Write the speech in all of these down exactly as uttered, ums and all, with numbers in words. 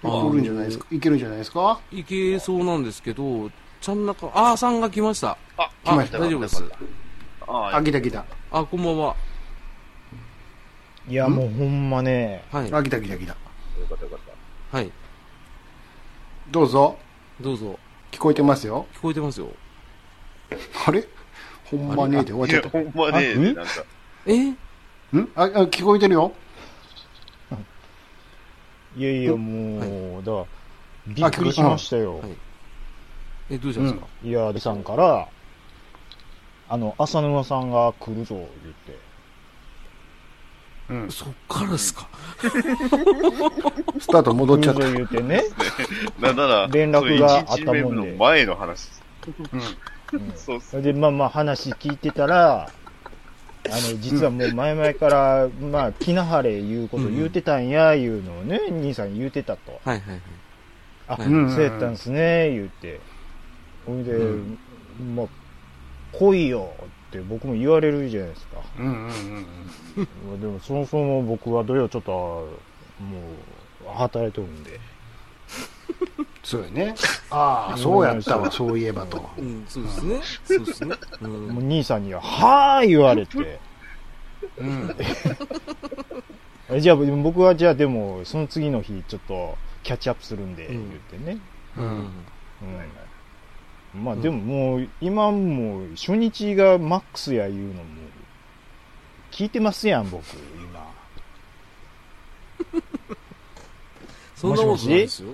来るんじゃないですか。いけるんじゃないですか。 いけそうなんですけど、ちゃんなか、あーさんが来ました。 あ、来ました。 大丈夫です。 あ、来た来た。 あ、こんばんは。 いや、もうほんまね。 はい。あ、来た来た来た。よかったよかった。 はい。 どうぞ。 どうぞ。 聞こえてますよ。 聞こえてますよ。 あれほんまねえで終わっちゃった。 ほんまねえで、なんか。 えんあ、聞こえてるよ。 いやいや、もう、はい、だから、びっくりしましたよ。はい、 え、どうしたんですか、 うん、いや、でさんから、あの、浅沼さんが来るぞ、言って。 うん、そっからですかスタート戻っちゃった。 言うてね。 なんなら、 連絡があったもんで。 の前の話。 うん。うん、そうそう。で、まあまあ話聞いてたら、あの、実はもう前々から、まあ、気なはれ言うこと言うてたんや、いうのをね、兄さん言うてたと。 はいはいはい。 あ、そうやったんすね、言うて。ほいで、まあ、来いよって僕も言われるじゃないですか。うんうんうん。でも、そもそも僕は土曜ちょっと、もう、働いとるんで。 そうよね。ああ、そうやったわ、そういえばと。 うん、そうですね。そうですね。 うん、もう兄さんには、はーい言われて。うん。じゃあ、僕はじゃあでも、その次の日、ちょっと、キャッチアップするんで、言ってね。うん。うん。うん、まあでももう、今もう、初日がマックスや言うのも、聞いてますやん、僕、今。 そんなことないですよ。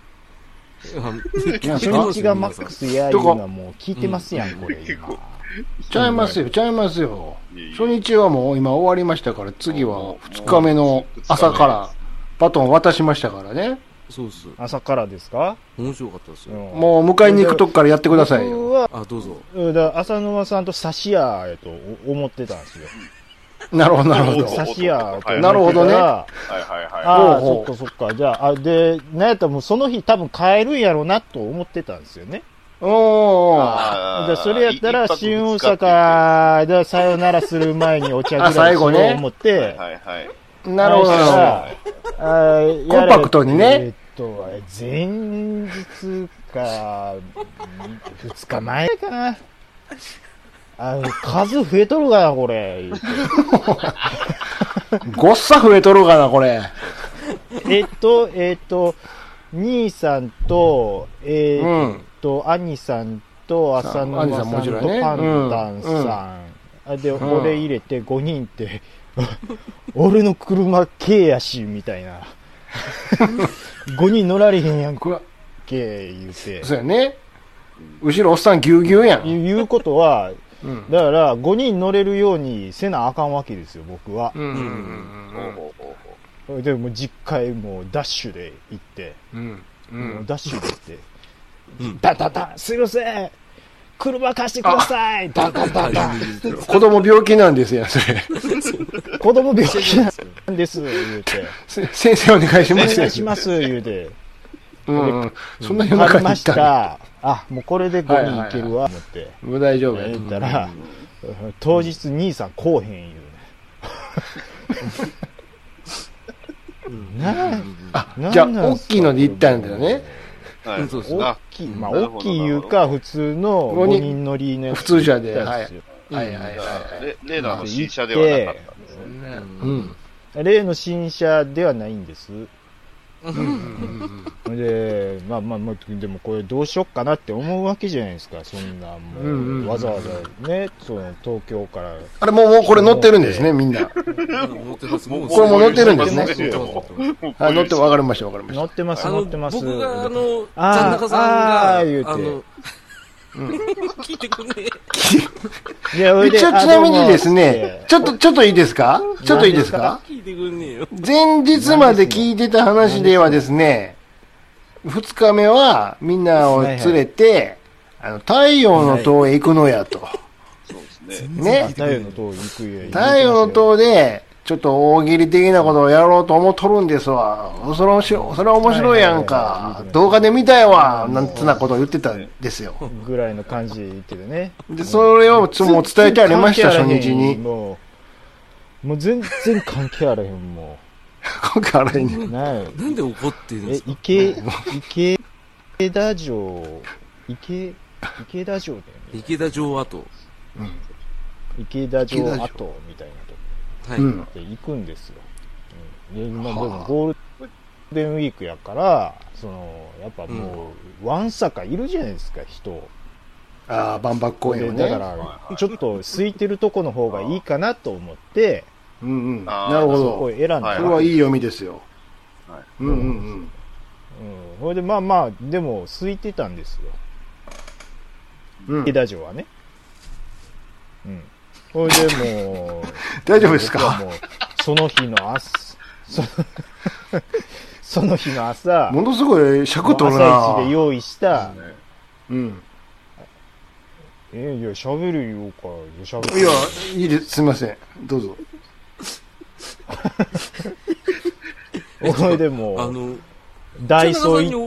初日がマックスやいうのはもう聞いてますやん、これ今。 ちゃいますよ、ちゃいますよ。初日はもう今終わりましたから、次はふつかめの朝からバトン渡しましたからね。 そうっす。 朝からですか？ 面白かったですよ。 もう迎えに行くとこからやってくださいよ。 あ、どうぞ。 だから浅沼さんと差し屋やと思ってたんですよ。 なるほど、なるほど。 差し屋と。 なるほどね。 はいはいはい。 ああ、そっかそっか。じゃあ、あで、なんやったらもうその日多分帰るんやろうなと思ってたんですよね。 おー。じゃそれやったら、新大阪でさよならする前にお茶ぐらいしようと思って、 はいはい。 なるほど。コンパクトにね。 えっと、前日か、ふつかまえかな。あの、数増えとるがな、これ。 ごっさ増えとるがな、これ。 えっと、えっと、兄さんと、えー、っと、うん、兄さんと、浅沼さんと、パンタンさん。うん、で、うん、俺入れてごにんって、俺の車軽やし、みたいな。ごにん乗られへんやんけ、言うて。 そうやね。後ろおっさんぎゅうぎゅうやん。 いう、ことは、うん、だからごにん乗れるようにせなあかんわけですよ、僕は。でも実家へもうダッシュで行って、うんうん、もうダッシュで行って、うん、ダダダン、すいません、車貸してください、ダダダダン。 子供病気なんですよ、それ。 子供病気なんです、言うて。 先生お願いします。 お願いします、言うて。 うんうん、そんな夜中に行った。 らあ、もうこれでごにんいけるわ、思って。 もう大丈夫や。 言ったら、当日兄さん来おへん言うね。 あ、じゃあ、大きいので行ったんだよね。 大きい、まあ、大きいいうか、普通のごにん乗りのやつ。 普通車で。はいはいはい。 例のあの新車ではなかったんですね。 うん。例の新車ではないんです。で、まあまあまあ、でもこれどうしよっかなって思うわけじゃないですか、そんな、もう、わざわざね、その、東京から。 あれ、もう、もうこれ乗ってるんですね、みんな。これも乗ってるんですね。はい、乗ってわかりました、わかりました。 乗ってます、乗ってます。 僕が、あの、ちゃんなかさんが、 あ言うて。 聞いてくんねえ。いや、一応ちなみにですね、ちょっと、ちょっといいですかちょっといいですか聞いてくんねえよ。 前日まで聞いてた話ではですね、二日目はみんなを連れて、あの、太陽の塔へ行くのやと。 そうですね。ね。 太陽の塔行くや。 太陽の塔で、ちょっと大喜利的なことをやろうと思っとるんですわ。それは面白い、それは面白いやんか。動画で見たいわ。なんつなことを言ってたんですよ。 ぐらいの感じで言っててね。 で、それをもう伝えてありました、初日に。 もう、もう全然関係あらへん、も今回あれに。 なんで怒ってるんですか？ え、池、池田城、池、池田城だよね。 池田城跡。 うん。池田城跡みたいなとこ。 はい。 で行くんですよ。うん、で、まあ、でもゴールデンウィークやから、その、やっぱもう、わんさかいるじゃないですか、人。 ああ、万博公園ね。 だから、ちょっと空いてるとこの方がいいかなと思って、 うんうん。なるほど。 これ選んだ。 それはいい読みですよ。はい。うんうんうん。うん。 それで、まあまあ、でも、空いてたんですよ。うん。池田城はね。うん。それでもう、 大丈夫ですか？ 僕はもう、その日の朝、そその日の朝、 ものすごい尺取るな。 朝一で用意した、 うん。 えー、いや、喋るよか、喋る。 いや、いいです。すみません。どうぞ。 それでも、あの、ダイソー行って、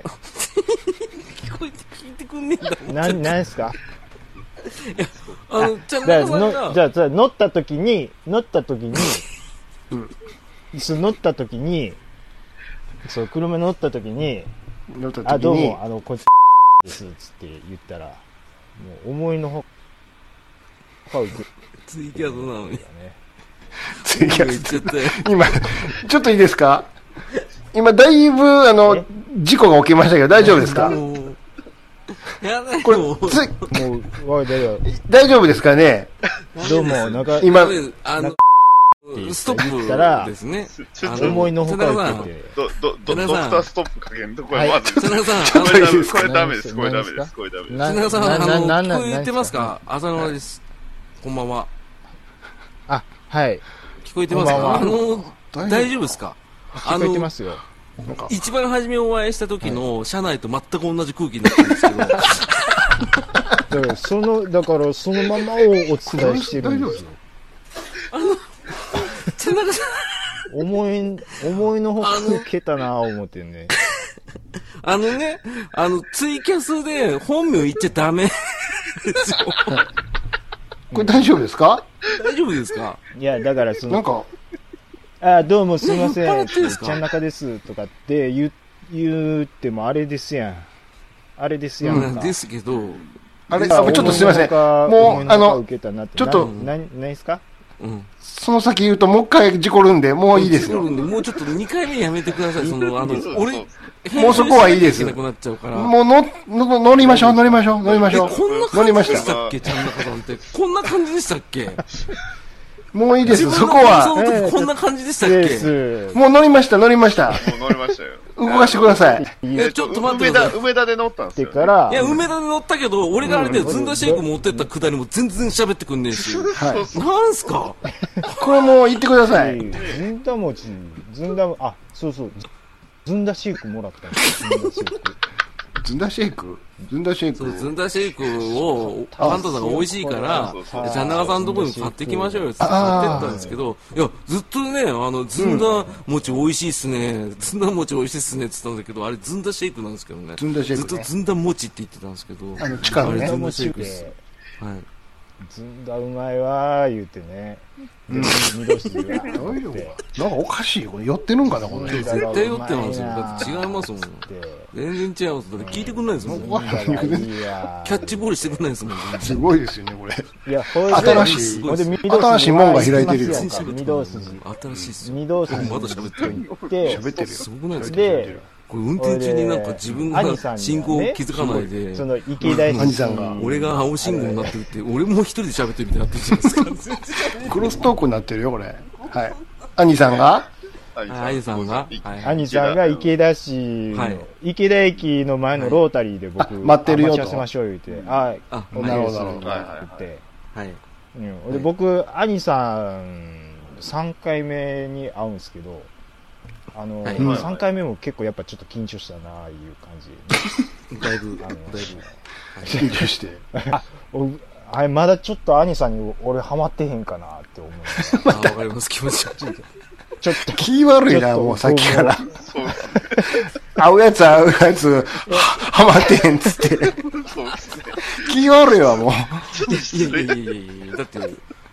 聞こえて聞いてくんねえんだもん。 な、なんすか？ いや、あの、ちゃんとの、じゃあ、じゃあ、乗った時に、乗った時に、うん。そう、乗った時に、そう、車乗った時に、 乗った時に、 あ、どうも、あの、こっちです、つって言ったら、もう、思いのほか、 ツイキャスなのに。 ツイキャス。今、ちょっといいですか？今、だいぶ、あの、事故が起きましたけど、大丈夫ですか？ やだよ。 これ、つもう、 大丈夫ですかね？ どうも、なんか、 今、あの、ストップですね。 思いのほか言ってて。 ど、ど、ど、ドクターストップかけんと、これまず。 田中さん、 これダメです。これダメです。これダメです。これダメです。 田中さん、あの、聞こえてますか？浅沼です。こんばんは。 あ、はい。 聞こえてますか？あの、大丈夫ですか？ 聞こえてますよ。 一番初めお会いした時の車内と全く同じ空気になってるんですけど。だからその、だからそのままをお伝えしてるんですよ。 あの、田中さん。思い、思いのほか抜けたなぁ思ってね。 あのね、あの、ツイキャスで本名言っちゃダメですよ。 これ大丈夫ですか？ 大丈夫ですか？ いや、だからその、 なんか、 あ、どうもすいません。ちゃん中です。とかって言、言ってもあれですやん。あれですやんか。 うん、ですけど、 あれ、あ、ちょっとすいません。もう、あの、ちょっと、 な、何ですか？ うん。 その先言うともう一回事故るんで、もういいですよ。 事故るんで、もうちょっとにかいめやめてください。その、あの、俺、 もうそこはいいです。 なくなっちゃうから。 もうの、の、乗りましょう、乗りましょう、乗りましょう。 こんな感じでしたっけ、ちゃん中さんって。こんな感じでしたっけ？ もういいです、そこは。 その時こんな感じでしたっけ？ もう乗りました、乗りました。 もう乗りましたよ。 動かしてください。 え、ちょっと待ってください。 梅田で乗ったんですよ。 いや、梅田で乗ったけど、俺があれでずんだシェイク持ってったくだりも全然喋ってくんねえし。はい。なんすか？ これもう言ってください。 ずんだ餅、ずんだ、あ、そうそう。ずんだシェイクもらったんです。 ずんだシェイクずんだシェイクそう、ずんだシェイクを、パンタさんが美味しいから、ちゃんなかさんのとこに買ってきましょうよって買ってったんですけど、いや、ずっとね、あの、ずんだ餅美味しいっすね、ずんだ餅美味しいっすねって言ったんだけど、あれずんだシェイクなんですけどね。 ずんだシェイク、ね。 ずっとずんだ餅って言ってたんですけど、 あの、地下のね。 ずんだシェイクです。はい。 ずんだうまいわー言うてね。うん。二度して言わなんかおかしいよ。これ寄ってるんかな、これ。 絶対寄ってますよ。だって違いますもん。全然違います。だって聞いてくんないですもん。キャッチボールしてくんないですもん。 すごいですよね、これ。 いや、 新しい、新しい門が開いてるよ。 御堂筋。 新しいっすよ。 御堂筋。 まだ喋ってる。 喋ってるよ。 すごくないですか？で、これ運転中になんか自分が信号気づかないで、 その池田兄さんが俺が青信号になってるって、俺も一人で喋ってるみたいになってるじゃないですか。 クロストークになってるよ、これ。はい。兄さんが兄さんが兄さんが池田市の、池田駅の前のロータリーで僕、 待ってるよと。 待ち合わせましょう言うて、あ、 なるほど。 言って。はい。で、僕、兄さん、さんかいめに会うんですけど、あの、はい、さんかいめも結構やっぱちょっと緊張したなあいう感じ。だいぶ、あの、だいぶ。 緊張して。 あ、あれまだちょっと兄さんに俺ハマってへんかなって思いました。 あ、わかります、気持ち悪い。 ちょっと。 気悪いな、もうさっきから。会うやつ会うやつ、ハマってへんっつって。気悪いわ、もう。 いやいやいやいやだって、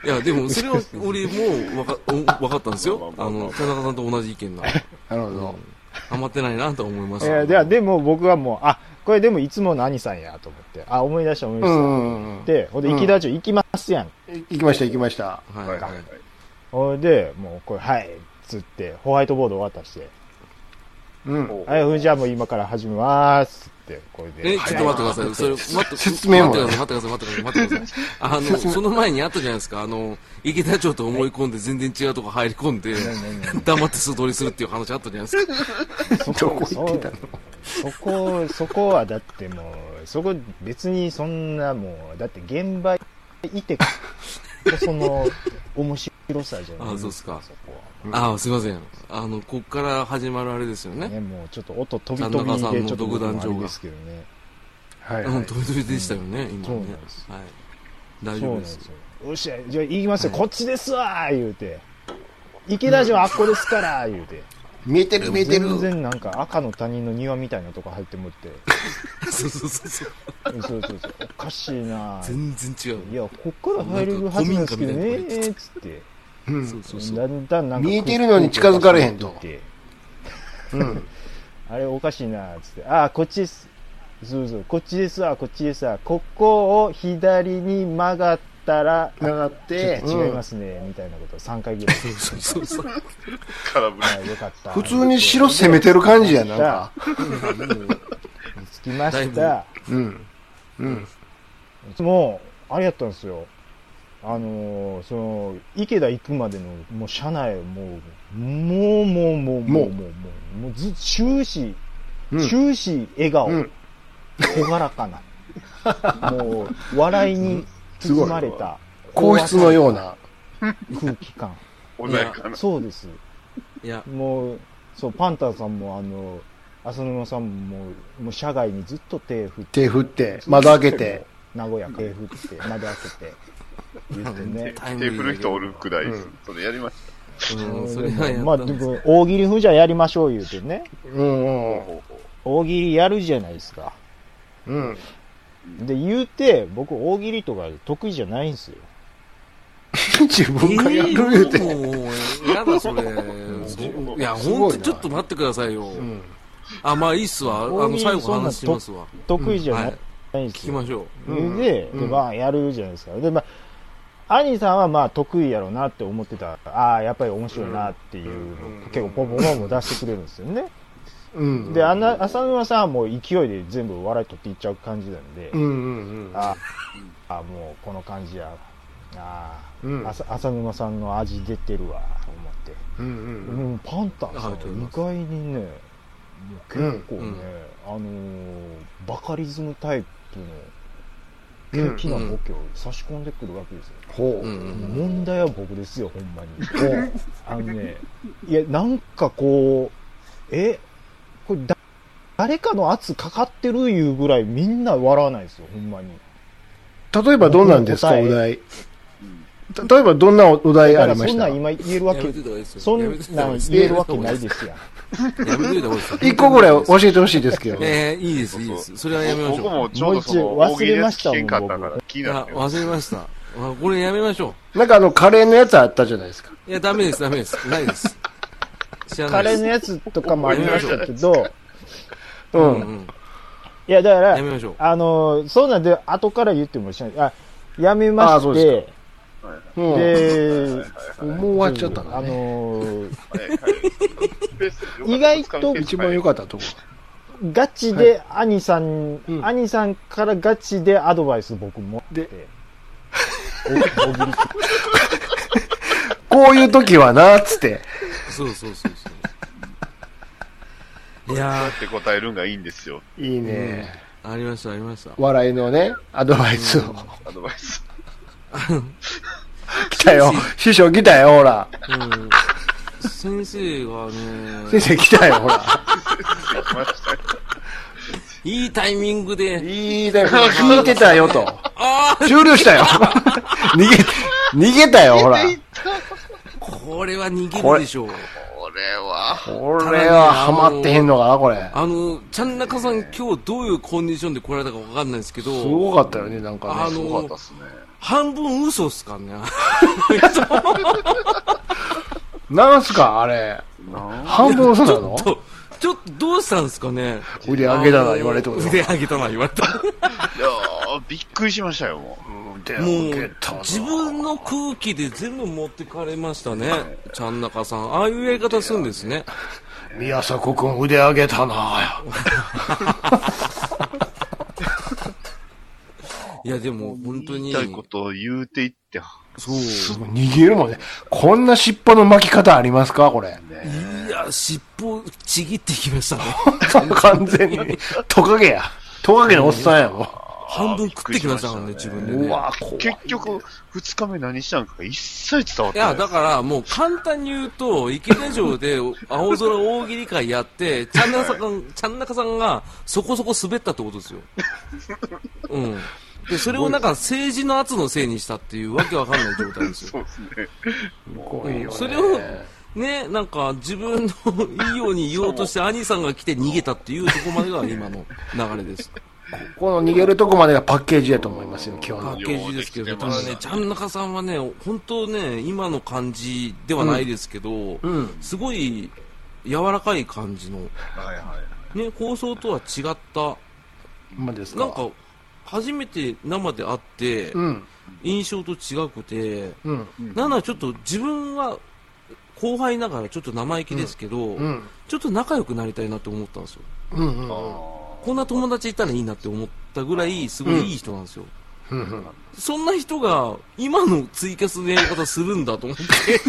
いや、でも、それは俺もわか、わかったんですよ。あの、田中さんと同じ意見な。 なるほど。 ハマってないなと思いました。 いや、では、でも僕はもう、あ、これでもいつもの兄さんやと思って、あ、思い出した思い出した。うんうん、で、ほんで、池田町行きますやん。 行きました行きました。 はいはいはい。 ほんで、もう、これ、はい、つって、ホワイトボード渡して、うん。はい、じゃあもう今から始めまーすって、これで。 え、ちょっと待ってください。それ、待って、 説明も。 待ってください、待ってください、待ってください、待ってください。あの、その前にあったじゃないですか、あの、池田町と思い込んで全然違うとこ入り込んで、黙って素通りするっていう話あったじゃないですか。 どこ行ってたの？ そこ、そこはだってもう、そこ別にそんなもう、だって現場いてこその面白さじゃないですか。 あ、そうですか。ああ、すいません。あの、こっから始まるあれですよね。 ね、もうちょっと音飛び飛びでちょっと僕もあれですけどね。 はい、はい。 うん、飛び飛びでしたよね、うん、今ね。 そうなんです。 はい。大丈夫です。 よっしゃ、じゃあ行きますよ、はい、こっちですわー言うて。池田城あっこですから言うて。 見えてる見えてる。 全然なんか赤の他人の庭みたいなとこ入ってもって。 そうそうそうそう。 そうそうそう。おかしいな全然違う。 いや、こっから入れるはずなんですけどねーつって。 うん、 そうそうそう。 だんだんなんか見えてるのに近づかれへんと。 うん。あれおかしいなーつって。ああ、こっちです。そうそう。こっちですわ、こっちですわ。ここを左に曲がったら、 曲がって、 ちょっと違いますね、うん、みたいなことをさんかいぐらい。 そうそうそうそう。 空振り。 よかった。 普通に白攻めてる感じやなんか。 着きました。 うん。うん。 もう、あれやったんですよ。あのー、その、池田行くまでの、もう車内、もう、もう、もう、もう、もう、もう、もう、もうず、終始、終始笑顔、朗らかな、もう、笑いに包まれた、 皇室のような空気感。 穏やかな。 そうです。 いや、 もう、そう、パンターさんも、あの、浅沼さんも、もう、車外にずっと手振って。 手振って、窓開けて。 名古屋手振って、窓開けて。言ってね。 手振る人おるくらい、うん、それやりました。 うん、それはやったんです。 まあ、でも、大喜利風じゃやりましょう言うてね。 うん、うん。 大喜利やるじゃないですか。 うん。 で、言うて、僕、大喜利とか得意じゃないんですよ。 自分がやる言うて。 もう、やだ、それ。いや、ほんとちょっと待ってくださいよ。うん、あ、まあいいっすわ。あの、最後話しますわ。 得意じゃないんですよ。 うん、はい、聞きましょう。で、で、まあ、やるじゃないですか。で、まあ、兄さんはまあ得意やろうなって思ってた。ああ、やっぱり面白いなっていうの、結構ポンポンポンポン出してくれるんですよね。うん、で、あんな、浅沼さんはもう勢いで全部笑い取っていっちゃう感じなんで、 うんうんうん、 ああ、もうこの感じや。ああ、うん、浅沼さんの味出てるわ、思って。 うんうんうん、 パンタンさん意外にね、もう結構ね、うん、あのー、バカリズムタイプの、大きなボケを差し込んでくるわけですよ。 ほう。 問題は僕ですよ、ほんまに。ほう。あのね、いや、なんかこう、え、これだ、誰かの圧かかってるいうぐらいみんな笑わないですよ、ほんまに。 例えばどんなんですか、お題。例えばどんなお題ありました？ そんなん今言えるわけ、そんなん言えるわけないですやん。 やめといた方がいいです。 一個ぐらい教えてほしいですけど。 ええ、いいです、いいです。それはやめましょう。 僕もちょうどその忘れましたもん、僕。 忘れました。これやめましょう。なんかあの、カレーのやつあったじゃないですか。 いや、ダメです、ダメです。ないです。 カレーのやつとかもありましたけど、 うん。 いや、だから、 やめましょう。 あの、そうなんで、後から言ってもしない。あ、やめまして、で、 もう終わっちゃったな。 あのー、意外と一番良かったところ。ガチで兄さん、はい、兄さんからガチでアドバイス僕持って。 こういう時はな、つって。 そうそうそうそう。いやー。 って答えるんがいいんですよ。 いいね、 うん。ありました、ありました。 笑いのね、アドバイスを。うん、 アドバイス。 来たよ。師匠来たよ、ほら。 うん、先生がね。 先生来たよ、ほら。 いいタイミングで。 いいタイミングで。聞いてたよと。終了したよ。逃げ、逃げたよ、ほら。 これは逃げるでしょう。 これは。 これはハマってへんのかな、これ。 あの、ちゃんなかさん今日どういうコンディションで来られたかわかんないですけど。 すごかったよね、なんかね。 あの、 半分嘘っすかね。 なんすかあれ。半分嘘なの？ ちょっと、ちょっとどうしたんですかね。 腕上げたな言われても。 腕上げたな言われた。 いやー、びっくりしましたよ、もう。 腕も上げうたな。 自分の空気で全部持ってかれましたね。ちゃんなかさん。ああいうやり方するんですね。 宮迫くん腕上げたな。 いやでも本当に。 言いたいことを言うていって。 そう。 逃げるもんね。こんな尻尾の巻き方ありますかこれ。 いや、尻尾ちぎってきましたね。 完全に。トカゲや。トカゲのおっさんやもん。 半分食ってきましたからね、自分でね。 うわ怖い。 結局、二日目何したんか一切伝わってない。 いや、だからもう簡単に言うと、池田城で青空大喜利会やって、ちゃんなかさん、ちゃんなかさんがそこそこ滑ったってことですよ。うん。で、それをなんか政治の圧のせいにしたっていうわけわかんない状態ですよ。 そうですね。 うん、それを、ね、なんか自分のいいように言おうとして兄さんが来て逃げたっていうところまでが今の流れです。 この逃げるとこまでがパッケージだと思いますよ、今日の。 パッケージですけど、ただね、ちゃんなかさんはね、本当ね、今の感じではないですけど、うんうん、すごい柔らかい感じの、はいはい、ね、放送とは違った、 まですかなんか、初めて生で会って、うん、印象と違くて、うん、なんならちょっと自分は後輩ながらちょっと生意気ですけど、うんうん、ちょっと仲良くなりたいなって思ったんですよ。うんうんうん、こんな友達いたらいいなって思ったぐらいすごいいい人なんですよ。うんうんうん、そんな人が今のツイキャスのやり方するんだと思って。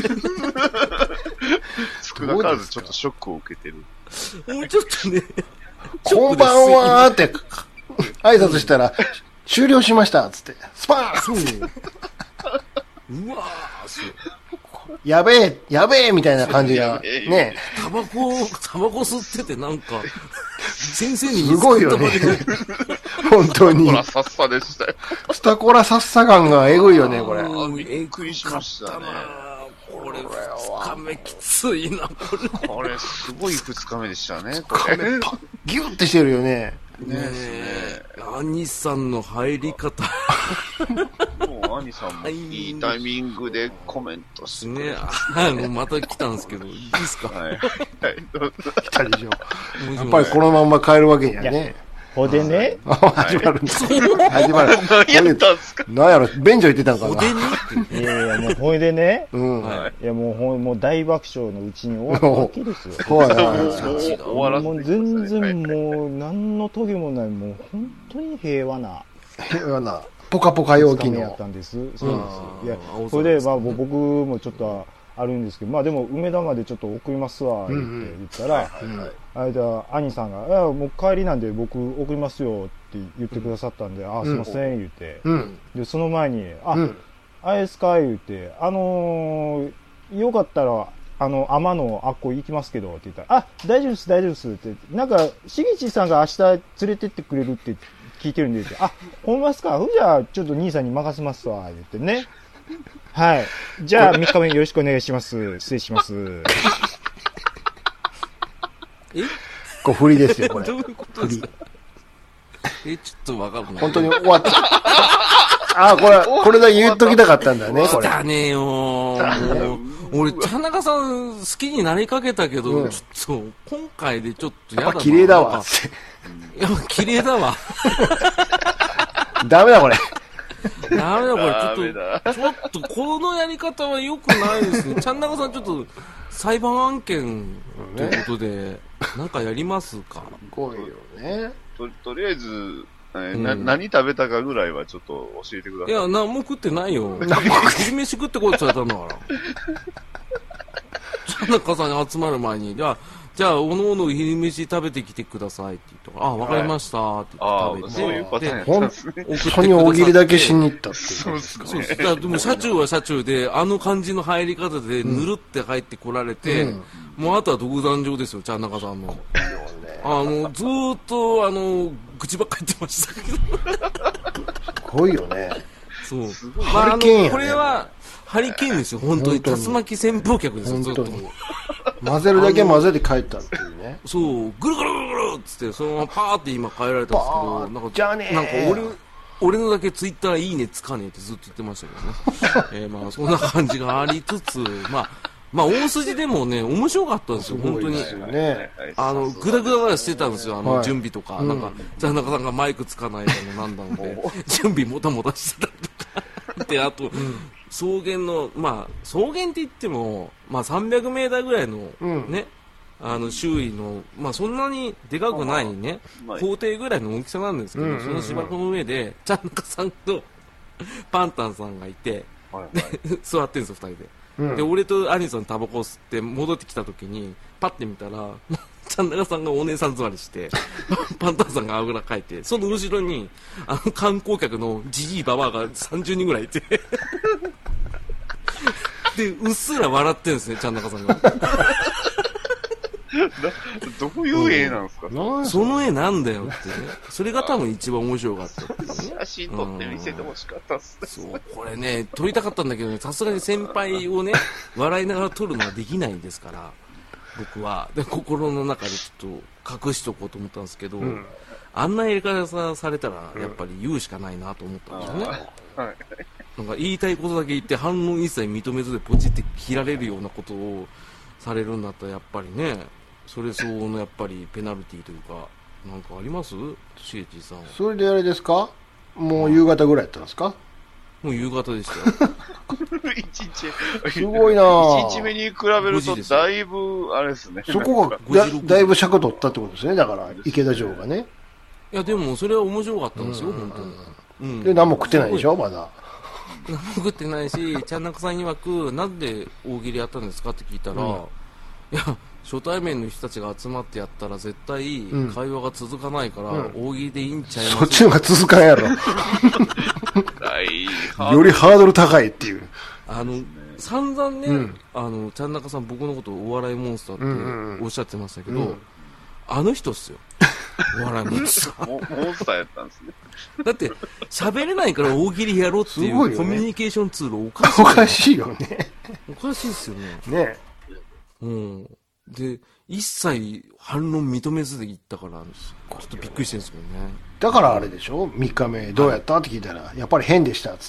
少なからずちょっとショックを受けてる。 もうちょっとね、 こんばんはーって挨拶したら、終了しましたっつって、スパーンそう。 うわー、そう。 やべえ、やべえみたいな感じが、ね。 タバコ、タバコ吸っててなんか、先生にすごいよね。本当に。 スタコラサッサでしたよ。 スタコラサッサ感がえぐいよね、これ。 びっくりしましたね。 これ、二日目きついな、これ。 これ、すごい二日目でしたね、 これ。ギュッてしてるよね。 ねえ、兄さんの入り方。 もう兄さんもいいタイミングでコメントしてね。はい、もうまた来たんですけど、いいですか？はい。はい、 どうぞ。来たでしょ。やっぱりこのまんま帰るわけにはね。 ほでね。 始まるんです。始まる。 何やったんすか？ 何やろ、便所行ってたんかな。 ほでね。 いやいや、もうほいでね。 うん。 いや、もうほ、もう大爆笑のうちに終わったわけですよ。 そうだね。もう全然もう、何のトゲもない、もう本当に平和な。 平和な。ポカポカ陽気の。 やったんです。そうです。いや、それで、まあ僕もちょっと、あるんですけど、まあでも梅田までちょっと送りますわ、言って言ったら、あれだ、兄さんが、いや、もう帰りなんで僕送りますよって言ってくださったんで、あ、すいません、言って。で、その前に、あ、あれですか、言って、あのー、よかったら、あの、天のあっこ行きますけど、って言ったら、あ、大丈夫です、大丈夫です、って。なんか、しげちさんが明日連れてってくれるって聞いてるんで、あ、ほんまですか、じゃあ、ちょっと兄さんに任せますわ、言ってね。はい。じゃあ、みっかめよろしくお願いします。失礼します。 えこれ振りですよ、これ。 どういうことですか？え、ちょっとわかんない。 本当に終わった。ああ、これ、これだけ言っときたかったんだね、これ。 だねよー。俺、田中さん好きになりかけたけど、うん、ちょっと、今回でちょっとやだな。 やっぱ綺麗だわ。 やっぱ綺麗だわ。 ダメだ、これ。 ダメだ、これ。ちょっと、ちょっと、このやり方は良くないですね。ちゃんなかさん、ちょっと、裁判案件ということで、なんかやりますか？ すごいよね。 と、とりあえず、えーうん、な何食べたかぐらいはちょっと教えてください。 いや、何も食ってないよ。昼飯食ってこいって言われたんだから。ちゃんなかさんに集まる前に、じゃあ、じゃあ、おのおの昼飯食べてきてくださいって言ったから、あ、わかりましたって言って食べて。はい、 そういうパターンやったんですね。 本当に大喜利だけしに行ったっていう。 そうですね。 そうです。だからでも、車中は車中で、あの感じの入り方で、ぬるって入ってこられて、うん、もうあとは独壇場ですよ、ちゃんなかさんの。あの、ずーっと、あの、愚痴ばっかり言ってましたけど。 すごいよね。 そう。 まあ、ハリケーンやね。 これは、ハリケーンですよ、本当に。竜巻旋風脚ですよ、ずっと。 混ぜるだけ混ぜて帰ったっていうね。 そう、ぐるぐるぐるぐるっつって、そのままパーって今帰られたんですけど、なんか、 じゃあねなんか俺、 俺のだけツイッターいいねつかねえってずっと言ってましたけどね。えー、まあそんな感じがありつつ、まあ、まあ大筋でもね、面白かったんですよ、本当に。 ね、 あの、ぐだぐだまでしてたんですよ、あの、準備とか。はい、なんか、ちゃんなかさんがマイクつかないだのなんだので、準備もたもたしてたりとか。で、あと、うん、草原の、まあ、草原って言っても、まあさんびゃくメーターぐらいの、ね、うん、あの周囲の、まあ、そんなにでかくないね、校庭ぐらいの大きさなんですけど、うんうんうん、その芝生の上で、ちゃんなかさんとパンタンさんがいて、はいはい、で座ってるんですよ、ふたりで。うん、で、俺とアニさんタバコ吸って戻ってきた時に、パッて見たら、ちゃんなかさんがお姉さん座りして、パンタンさんがあぐらかいて、その後ろに、あの観光客のじじいばばあがさんじゅうにんぐらいいて、で、うっすら笑ってるんですね、ちゃんなかさんが。 どういう絵なんですか、 うん、その絵なんだよってね。それが多分一番面白かったっていう、ね。 写真撮って見せてほしかったっす、 うん。そう、これね、撮りたかったんだけどね、さすがに先輩をね、笑いながら撮るのはできないんですから、僕は。で、心の中でちょっと隠しとこうと思ったんですけど、うん、あんなやり方されたら、やっぱり言うしかないなと思ったんですよね。うん、はい、なんか言いたいことだけ言って反論一切認めずでポチって切られるようなことをされるんだったらやっぱりね、それ相応のやっぱりペナルティーというか、なんかあります？しげちさんは。 それであれですか？もう夕方ぐらいやったんですか？ もう夕方でしたよ。 一日。 すごいなぁ。 一日目に比べるとだいぶ、あれですね。 そこがだ、だいぶ尺取ったってことですね。だから、池田城がね。 いや、でもそれは面白かったんですよ、本当に。うん。 で、何も食ってないでしょ、まだ。 何も食ってないし、ちゃんなかさん曰く、なんで大喜利やったんですかって聞いたら、うん、いや、初対面の人たちが集まってやったら絶対会話が続かないから、うん、大喜利でいいんちゃいます？ そっちのが続かんやろ。よりハードル高いっていう。 あの、散々ね、うん、あの、ちゃんなかさん僕のことをお笑いモンスターっておっしゃってましたけど、うんうん、あの人っすよ。お笑いモンスター。 モンスターやったんですね。 だって、喋れないから大喜利やろうっていう、ね、コミュニケーションツールおかしい。 おかしいよね。 おかしいっすよね。 ねうん。で、一切反論認めずで言ったから、ちょっとびっくりしてるんですけどね。 だからあれでしょ？ みっ 日目どうやったって聞いたら、やっぱり変でしたっつって。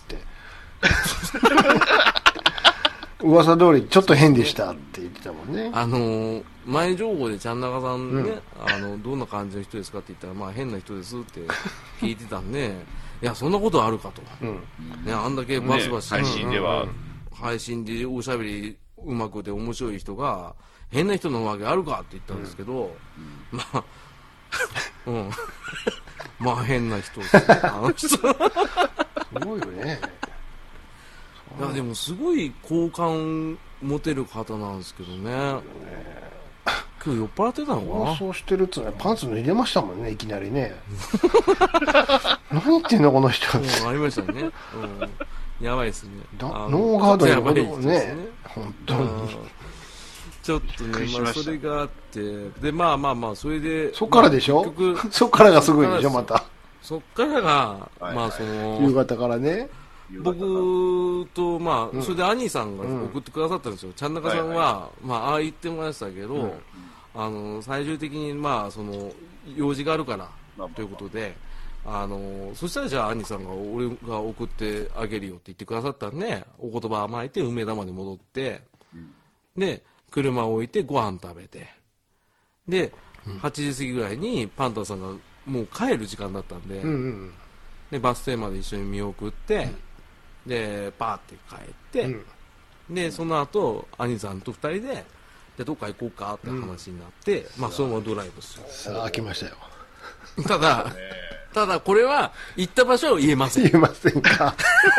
噂通りちょっと変でしたって言ってたもんね。 あのー、前情報でちゃんなかさんね、うん、あの、どんな感じの人ですかって言ったら、まあ変な人ですって聞いてたんで、いや、そんなことあるかと。うん、ね、あんだけバスバス、 ね、配信では、うん、 配信でおしゃべりうまくて面白い人が、変な人のわけあるかって言ったんですけど、うん、まあ、うん。まあ変な人ですね、あの人。すごいよね。 いや、でもすごい好感持てる方なんですけどね。今日酔っ払ってたのかな？ そうしてるっつうのはパンツ脱いでましたもんね、いきなりね。何言ってんのこの人。 うん、ありましたね。うん、やばいですね。 ノーガードにことね、本当に。 ちょっとね、まあそれがあって、で、まあまあまあ、それで。 そっからでしょ？そっからがすごいでしょ、また。 そっからが、まあその。 夕方からね。 僕と、まあ、それで兄さんが送ってくださったんですよ。ちゃんなかさんは、まあ、ああ言ってましたけど、あの、最終的に、まあ、その、用事があるから、ということで、あの、そしたらじゃあ兄さんが俺が送ってあげるよって言ってくださったんで、お言葉甘えて梅田まで戻って、で、車を置いてご飯食べて、で、はちじ過ぎぐらいにパンタンさんがもう帰る時間だったんで、で、バス停まで一緒に見送って、で、パーって帰って、うん、で、その後、兄さんと二人で、で、どっか行こうかって話になって、うん、まあ、そのままドライブする。 さあ、来ましたよ。 ただ、ただ、これは、行った場所は言えません。 言えませんか。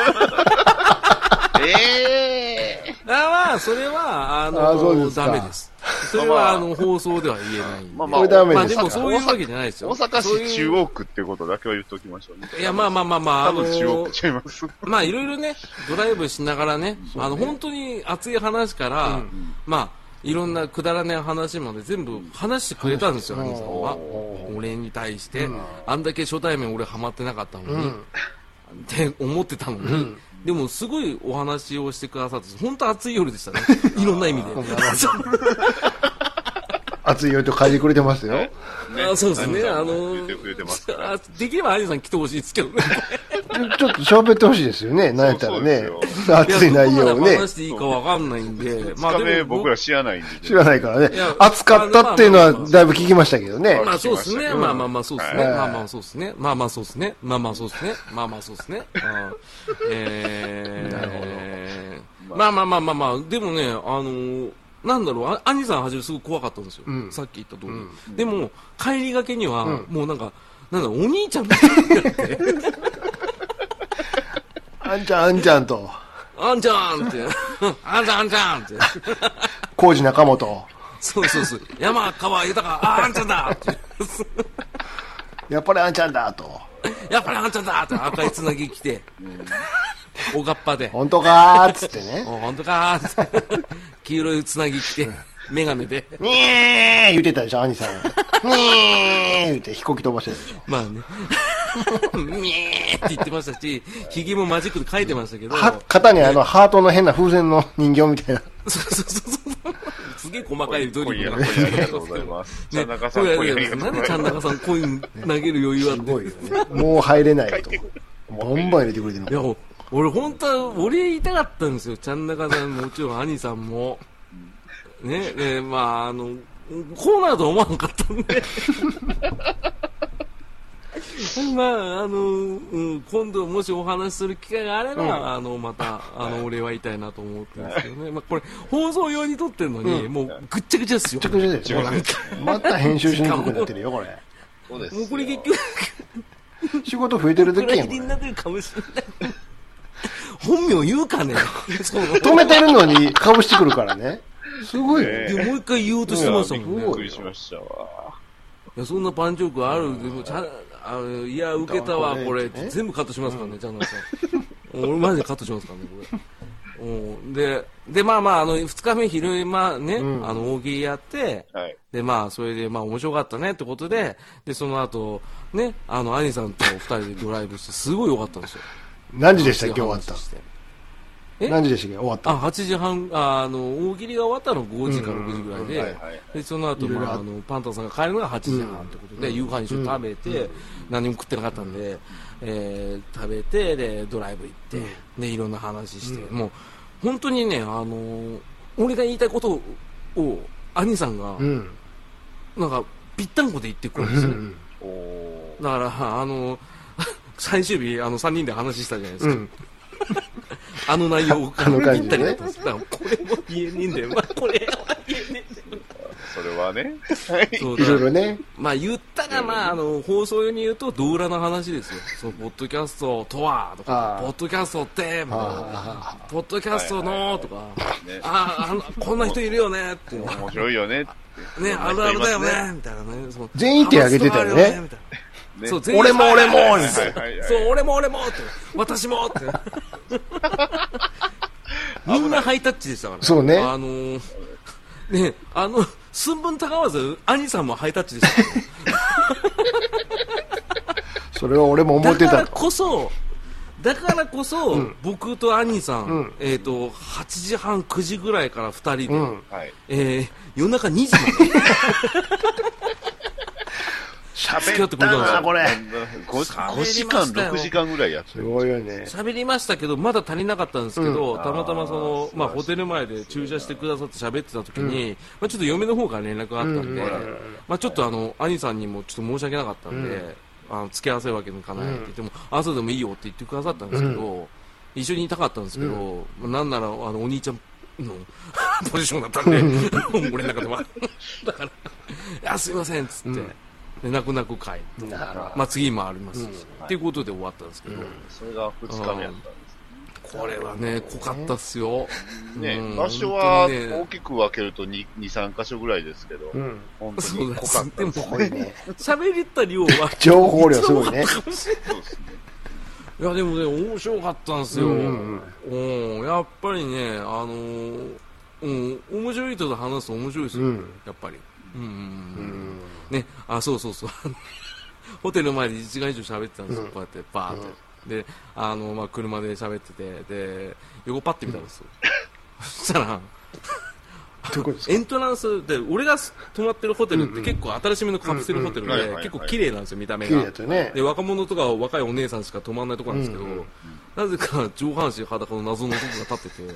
ええー。 あまあ、それは、あの、あダメです。それは、あの、放送では言えない。 まあまあ、ダメです。まあ、 でもそういうわけじゃないですよ。 大阪市中央区ってことだけは言っておきましょうね。 いや、まあまあまあまあ、 多分中央区ちゃいます。 まあ、いろいろね、ドライブしながらね、あの、本当に熱い話から、まあ、いろんなくだらない話まで全部話してくれたんですよ、兄さんは。俺に対して、あんだけ初対面俺ハマってなかったのに、って思ってたのに、でもすごいお話をしてくださって、本当熱い夜でしたね。いろんな意味で。 熱い夜と書いてくれてますよ。 あ、そうですね。あの、できれば兄さん来てほしいですけどね。 ちょっと喋ってほしいですよね。なんやったらね。熱い内容をね。 話していいかわかんないんで。 まあでも僕ら知らないんで。 知らないからね。熱かったっていうのはだいぶ聞きましたけどね。 まあそうですね。まあまあまあそうですね。まあまあそうですね。まあまあそうですね。まあまあそうですね。まあまあそうですね。えー、まあまあまあまあまあ、でもね、あの、なんだろう、兄さんはじめすごく怖かったんですよ。さっき言った通り。でも、帰りがけには、もうなんか、なんだ、お兄ちゃんみたいになって。 あんちゃん、あんちゃんと。 あんちゃんって。あんちゃん、あんちゃんって。 浩二中本。 そうそうそう。山川豊、あ、あんちゃんだって。 やっぱりあんちゃんだと。 やっぱりあんちゃんだって赤いつなぎ着て。おがっぱで。 本当かーっつってね。 本当かーっつって。黄色いつなぎ着て、メガネで。 にー言うてたでしょ、兄さん。にー言うて飛行機飛ばしてるでしょ。 まあね。にーって言ってましたし、ひげもマジックで書いてましたけど。 肩にあの、ハートの変な風船の人形みたいな。 そうそうそうそう。すげえ細かいドリブル。 ありがとうございます。ちゃんなかさん、 なんでちゃんなかさんコイン投げる余裕あって。すごいよね。もう入れないと。バンバン入れてくれてるの。 いや、俺本当は、俺言いたかったんですよ。ちゃんなかさんも、もちろん兄さんも。ね、ね、まあ、あの、こうなると思わなかったんで。まあ、あの、うん、今度もしお話しする機会があれば、うん、あの、また、あの、お礼は言いたいなと思ってるんですけどね。まあ、これ、放送用に撮ってるのに、うん、もう、ぐっちゃぐちゃですよ。 ぐっちゃぐちゃですよ。また編集しにくくなってるよ、これ。 そうです。 もうこれ結局、 仕事増えてる時やん。 になってるかもしれない。本名言うかね止めてるのにかぶしてくるからね。すごいよね。 もう一回言おうとしてましたもんね。 びっくりしましたわ。 いや、そんなパンチョークある。でもちゃあのいや、受けたわ、これ。全部カットしますからね、ちゃんとさん。俺マジでカットしますからね、これ。で、で、まあまあ、あの、二日目昼間ね、うん、あの、大喜利やって、はい、で、まあ、それで、まあ、面白かったねってことで、で、その後、ね、あの、兄さんと二人でドライブして、すごい良かったんですよ。 何時でしたっけ、終わった。え何時でしたっけ、終わった。 あ、はちじはん、あ、あの、大喜利が終わったのごじかろくじぐらいで、で、その後、まあ、あの、パンタンさんが帰るのがはちじはんってことで、うん、夕飯一緒に食べて、うん、何も食ってなかったんで、えー、食べて、で、ドライブ行って、うん、で、いろんな話して、うん、もう、本当にね、あの、俺が言いたいことを、兄さんが、うん、なんか、ぴったんこで言ってくるんですよ。うん、だから、あの、最終日、あの、さんにんで話したじゃないですか。うん、あの内容をあの感じでね。 これも言えねえんだよ。まあ、これは言えねえんだよ。 それはね。 そういろいろね。 まあ言ったら、まあ、あの、放送用に言うと、動画の話ですよ。その、ポッドキャストとは、とか、ポッドキャストって、みたいな。ポッドキャストの、とか、ああ、こんな人いるよね、って。 面白いよね。 ね、あるあるだよね、みたいなね。 全員手挙げてたよね。 ね、そう俺も俺もみたいな。 そう、俺も俺もって。私もって。みんなハイタッチでしたから。 そうね。 あのー、ね、あの、寸分たがわず、兄さんもハイタッチでしたから。 それは俺も思ってた。 だからこそ、だからこそ、うん、僕と兄さん、うん、えっ、ー、と、はちじはん、くじぐらいからふたりで、うん、えー、夜中にじまで。 喋ったな、これ。 ごじかん、ろくじかんぐらいやってる。 すごいよね。 喋りましたけど、まだ足りなかったんですけど、うん、たまたまその、まあ、ホテル前で駐車してくださって喋ってた時に、うん、まあ、ちょっと嫁の方から連絡があったんで、うん、まあ、ちょっとあの、兄さんにもちょっと申し訳なかったんで、うん、あの付き合わせるわけにいかないって言っても、うん、あ、そうでもいいよって言ってくださったんですけど、うん、一緒にいたかったんですけど、うん、なんなら、あの、お兄ちゃんのポジションだったんで、俺の中では。だから、いや、すいません、つって。うんで泣く泣く帰って、まあ次もありますし、うん、っていうことで終わったんですけど、うん、 それがふつかめやったんです、 ね、これはね濃かったっすよ、 ね、うん、場所は大きく分けると に、さんかしょぐらいですけど、うん、本当に濃かったですね。 喋りた量は情報量すごいね。 いやでもね面白かったんですよ、うんうんうん、やっぱりねあのー、うん面白い人と話すと面白いですよ、うん、やっぱりうんうんうんね、あ、そうそうそう。ホテルの前でいちじかん以上喋ってたんですよ、うん、こうやって、バーって。うん、で、あの、まあ、車で喋ってて、で、横パッて見たんですよ。そしたら、 エントランスで、俺が泊まってるホテルって結構新しめのカプセルホテルで、結構綺麗なんですよ、見た目が。で、若者とか若いお姉さんしか泊まんないとこなんですけど、なぜか上半身裸の謎の男が立って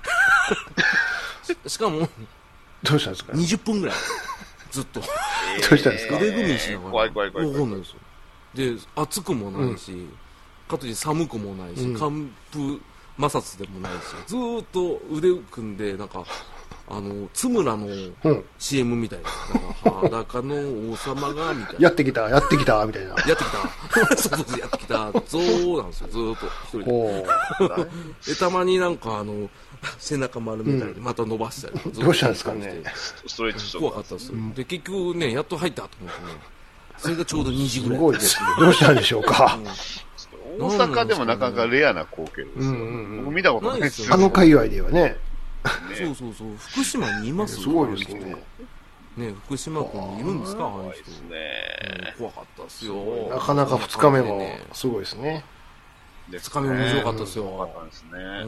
て、しかも、 どうしたんですかにじゅっぷんぐらい。ずっと。どうしたんですか腕組みしながら。 怖い怖い怖い。 わかんないですよ。で、暑くもないし、かといって寒くもないし、寒風摩擦でもないし、ずーっと腕組んで、なんか、あの、津村の シーエム みたいな。なんか、裸の王様が、みたいな。 やってきた、やってきた、みたいな。 やってきた。そうそうそう、やってきた。ゾーなんですよ、ずーっと。一人で。で、たまになんか、あの、背中丸めたり、また伸ばしたり。 どうしたんですかね。 ストレッチ怖かったですよ。で、結局ね、やっと入ったと思ってね。それがちょうどにじぐらい。 すごいですね。どうしたんでしょうか。 大阪でもなかなかレアな光景ですよ。僕見たことないですよ。 あの界隈ではね。 そうそうそう。福島にいますすごいですね。 ね、福島県にいるんですか、あの人。怖かったですよ。 なかなか二日目もすごいですね。 二日目面白かったですよ。 面白かったですね。 うん。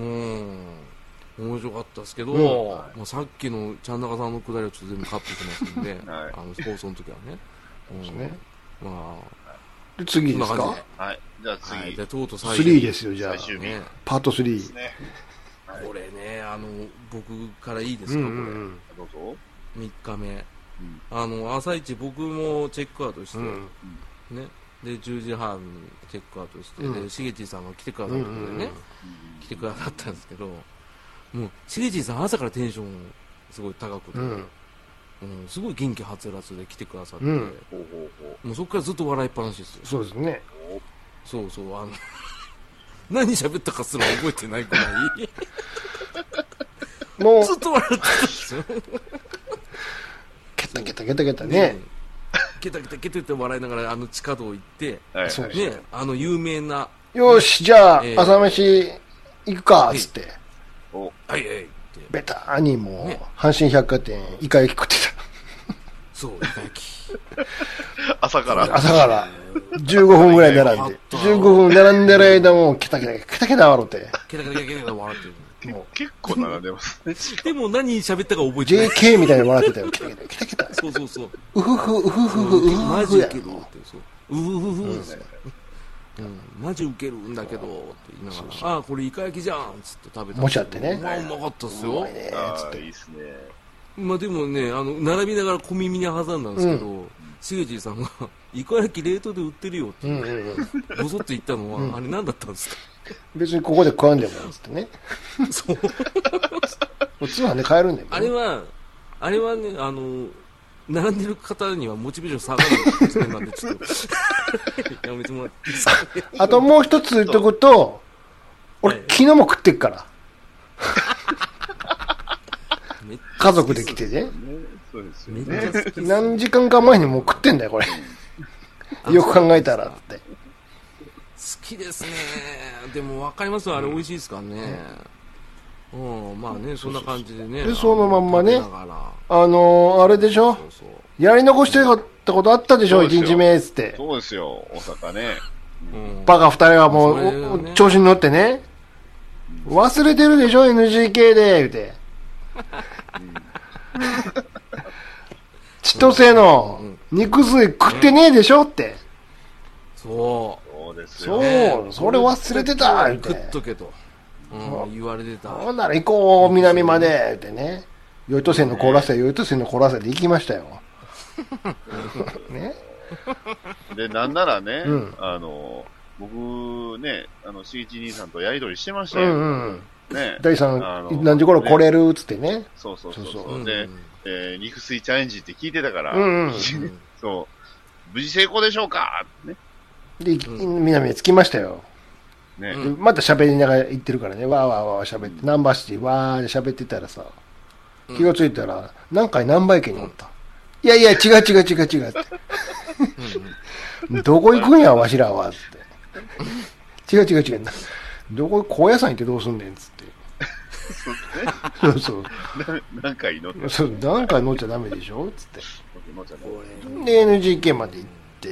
面白かったですけど、もうさっきのちゃんなかさんのくだりをちょっと全部カットしてますんで、あの放送の時はね。そうですね。まあ。 で、次ですか？ はい。じゃあ次。 じゃあとうとう最終日。スリーですよ、じゃあ。パートスリー。 これね、あの、僕からいいですか、これ。 どうぞ。 みっかめ。あの、朝一僕もチェックアウトして、ね。で、じゅうじはんにチェックアウトして、で、しげちさんが来てくださったんでね、来てくださったんですけど、もう、しげちさん朝からテンションすごい高くて、うん、すごい元気はつらつで来てくださって、うん、もうそこからずっと笑いっぱなしですよ。 そうですね。 そうそう、あの、何喋ったかすら覚えてないくらい。もう、ずっと笑ってたんですよ。 ケタケタケタケタね。 ケタケタケタって笑いながら、あの地下道行って、はい、ね、あの有名な。 よし、じゃあ、えー、朝飯行くか、つって。 お、はいはい。 ベターにもう、阪神百貨店、イカ焼き食ってた。 そう、イカ焼き。 朝から。 朝から。じゅうごふんぐらい並んで。じゅうごふん並んでる間も、ケタケタ、ケタケタ笑って。 ケタケタケタケタ笑ってる。 結構並んでますね。 でも何喋ったか覚えてない。 ジェーケー みたいに笑ってたよ。ケタケタ、ケタケタ。 そうそうそう。 うふふ、うふふふ、うふふ。 マジウケるって。うふふふ。うん、マジウケるんだけどって言いながら、ああ、これイカ焼きじゃんっつって食べた。 もちゃってね。 まあ、うまかったっすよ。うまいねーつって。いいっすね。 まあでもね、あの、並びながら小耳に挟んだんですけど、しげちさんが、イカ焼き冷凍で売ってるよって、ぼそっと言ったのは、あれ何だったんですか？ 別にここで食わんでもつってね。そう。普通はね、買えるんだよ。 あれは、あれはね、あの、並んでる方にはモチベーション下がる発言なんで、ちょっと、やめてもらっていいですか？ あともう一つ言っとくと、俺、昨日も食ってっから。家族で来てね。 そうですよね。 何時間か前にもう食ってんだよ、これ。よく考えたらって。 好きですね。でも分かりますよ、あれ美味しいですからね。うん、まあね、そんな感じでね。 で、そのまんまね、あのー、あれでしょ、やり残してたことあったでしょ、一日目っつって。 そうですよ、大阪ね。 バカ二人はもう、調子に乗ってね。忘れてるでしょ、エヌジーケー で、言うて。千歳の肉水食ってねえでしょって。 そう。 そうですよ。 そう、それ忘れてた、言うて。 食っとけと。うん、言われてた。 ほんなら行こう、南まで、ってね。酔戸線の凍らせ、酔戸線の凍らせで行きましたよ。ね。 で、なんならね、うん、あの、僕ね、あの、しげち兄さんとやりとりしてましたよ。うんうん、ね。 大さん、何時頃来れるっつってね。 そうそうそうそう。そうで、うん、えー、肉水チャレンジって聞いてたから、うんうん、そう、無事成功でしょうかね。 で、南へ着きましたよ。ね、また喋りながら行ってるからね、わーわーわー喋って、ナンバーシティわーで喋ってたらさ、気がついたら、何回ナンバー駅におった。いやいや、違う違う違う違うって。どこ行くんや、わしらは、つって。違う違う違う。どこ、高野山行ってどうすんねん、つって。そうそう。 何回乗った。 そう、何回乗っちゃダメでしょ、つって。で、エヌジーケー まで行って、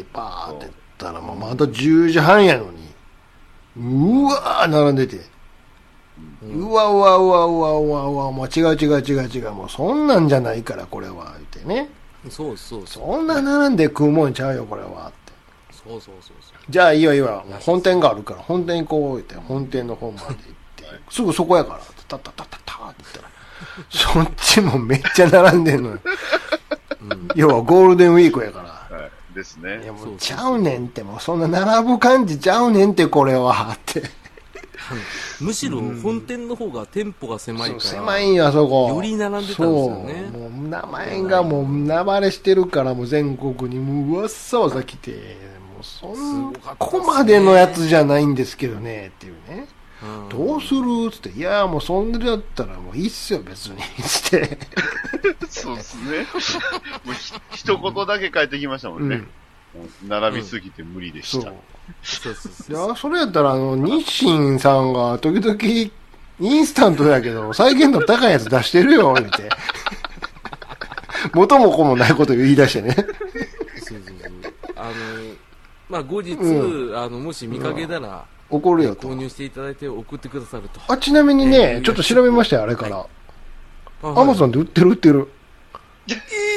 バーって行ったら、もうまたじゅうじはんやのに、うわー、並んでて。 うん、うわうわうわうわうわうわ、もう違う違う違う違う、もうそんなんじゃないからこれは、言ってね。 そうそうそう。 そんな並んで食うもんちゃうよ、これは。って。 そうそうそうそう。 じゃあいいよいいよ、本店があるから、本店行こう、言って、本店の方まで行って、すぐそこやから、タッタッタッタッタッって言ったら、そっちもめっちゃ並んでんのよ。うん、要はゴールデンウィークやから。 はい、ですね。 いやもうちゃうねんって、もうそんな並ぶ感じちゃうねんって、これは、って。 むしろ本店の方が店舗が狭いから、うん、 狭いんや、そこ。 より並んでたんですよね。 そう。もう名前がもう名バレしてるから、もう全国にもうわっさわさ来て、もうそんな、ここまでのやつじゃないんですけどね、っていうね。うん、どうするつって、いやもうそんなだったらもういいっすよ、別に。つって。 そうですね。もうひ一言だけ返ってきましたもんね。うん、並びすぎて無理でした。うんそうそうそういや、それやったら、あの、日清さんが時々、インスタントやけど、再現度高いやつ出してるよ、言って。元も子もないこと言い出してね。そうそうそう。あの、まあ、後日、うん、あの、もし見かけたら、 うん、怒るよと。 購入していただいて送ってくださると。 あ、ちなみにね、えー、ちょっと調べましたよ、あれから。アマゾンで売ってる売ってる。 えー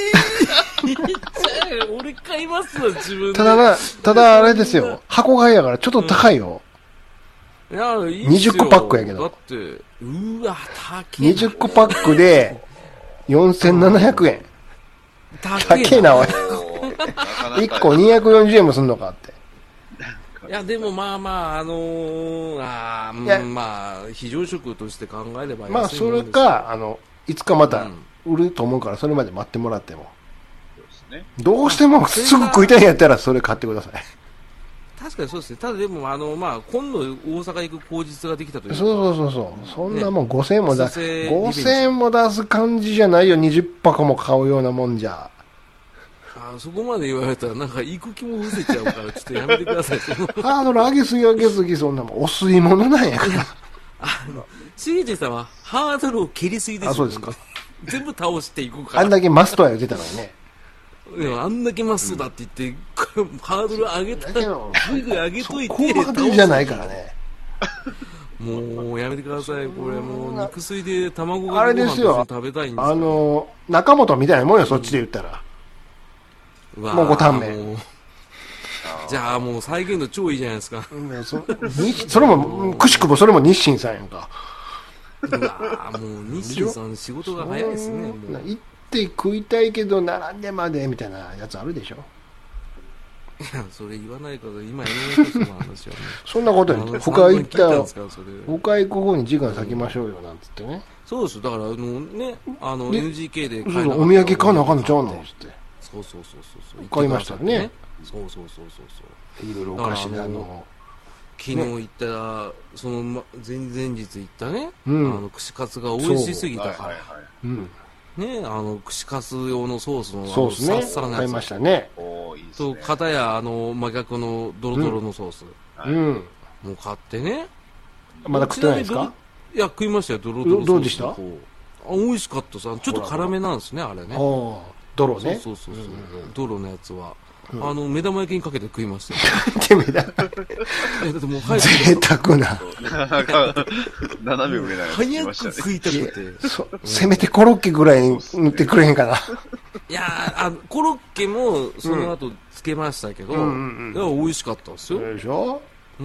俺買いますわ、自分で。 ただな、ただあれですよ。箱買いやからちょっと高いよ。 うん、いや、いいにじゅっこパックやけど。 だって、うわ、高い。 にじゅっこパックでよんせんななひゃくえん。高いな、おい。いっこにひゃくよんじゅうえんもすんのかって。 いや、でもまあまあ、あのー、あーまあ、非常食として考えればいい。 まあ、それか、あの、いつかまた売ると思うから、それまで待ってもらっても。どうしてもすぐ食いたいんやったらそれ買ってください。 確かにそうですね。ただでも、あの、まあ、今度大阪行く口実ができたというか。 そうそうそうそう。そんなもんごせんえんも出す、ごせんえんも出す感じじゃないよ。にじゅっぱこも買うようなもんじゃ。 あそこまで言われたらなんか行く気も失せちゃうからちょっとやめてください。 ハードル上げすぎ上げすぎ、そんなもん。お吸い物なんやから。 あの、しげじさんはハードルを蹴りすぎですよ。 あ、そうですか。 全部倒していくから。 あんだけマストは言ってたのにね。 いやあんだけマストだって言って、うん、ハードル上げたら、ぐいぐい上げといて、 そこまでじゃないからね。 もうやめてください。これもう肉水で卵があれですよ。 食べたいんですよ。 あの、中本みたいなもんよ、そっちで言ったら。 うん、 もうごタンメン。 じゃあもう再現度超いいじゃないですか。 そ, それも、くしくもそれも日清さんやんか。 うわもう日清さん仕事が早いですね。もう行って食いたいけど並んでまでみたいなやつあるでしょ。 いやそれ言わないから今やめましょうその話はね。 そんなこと言って他行ったら他行く方に時間割きましょうよなんつってね。 そうですよ。だからあのねあの エヌジーケー で買えなかったお土産買わなあかんのちゃうのつって。 そうそうそうそう買いましたよね。 そうそうそうそうそう。 いろいろお菓子であの昨日行ったら、ね、その前々日行ったね、うん、あの串カツが美味しすぎたから、はいはいはい、うんね、あの串カツ用のソースのソースね、 サッサラのやつ買いましたね。 と片やあの真逆のドロドロのソース、うん、もう買ってね。 まだ食ってないですか？ いや食いましたよ。ドロドロソース。 どうでした？ あ美味しかったさ。ちょっと辛めなんですねあれね。 ドロね。 そうそうそうそう、うんうん、ドロのやつは。うん、あの目玉焼きにかけて食いましたよ。 目玉えだってもう早く贅沢な。 斜め上な早く食いたくて、 うん、せめてコロッケぐらい塗ってくれへんかな。 いやあコロッケもその後つけましたけど、うん、いや美味しかったですよ。 でしょ？ うん、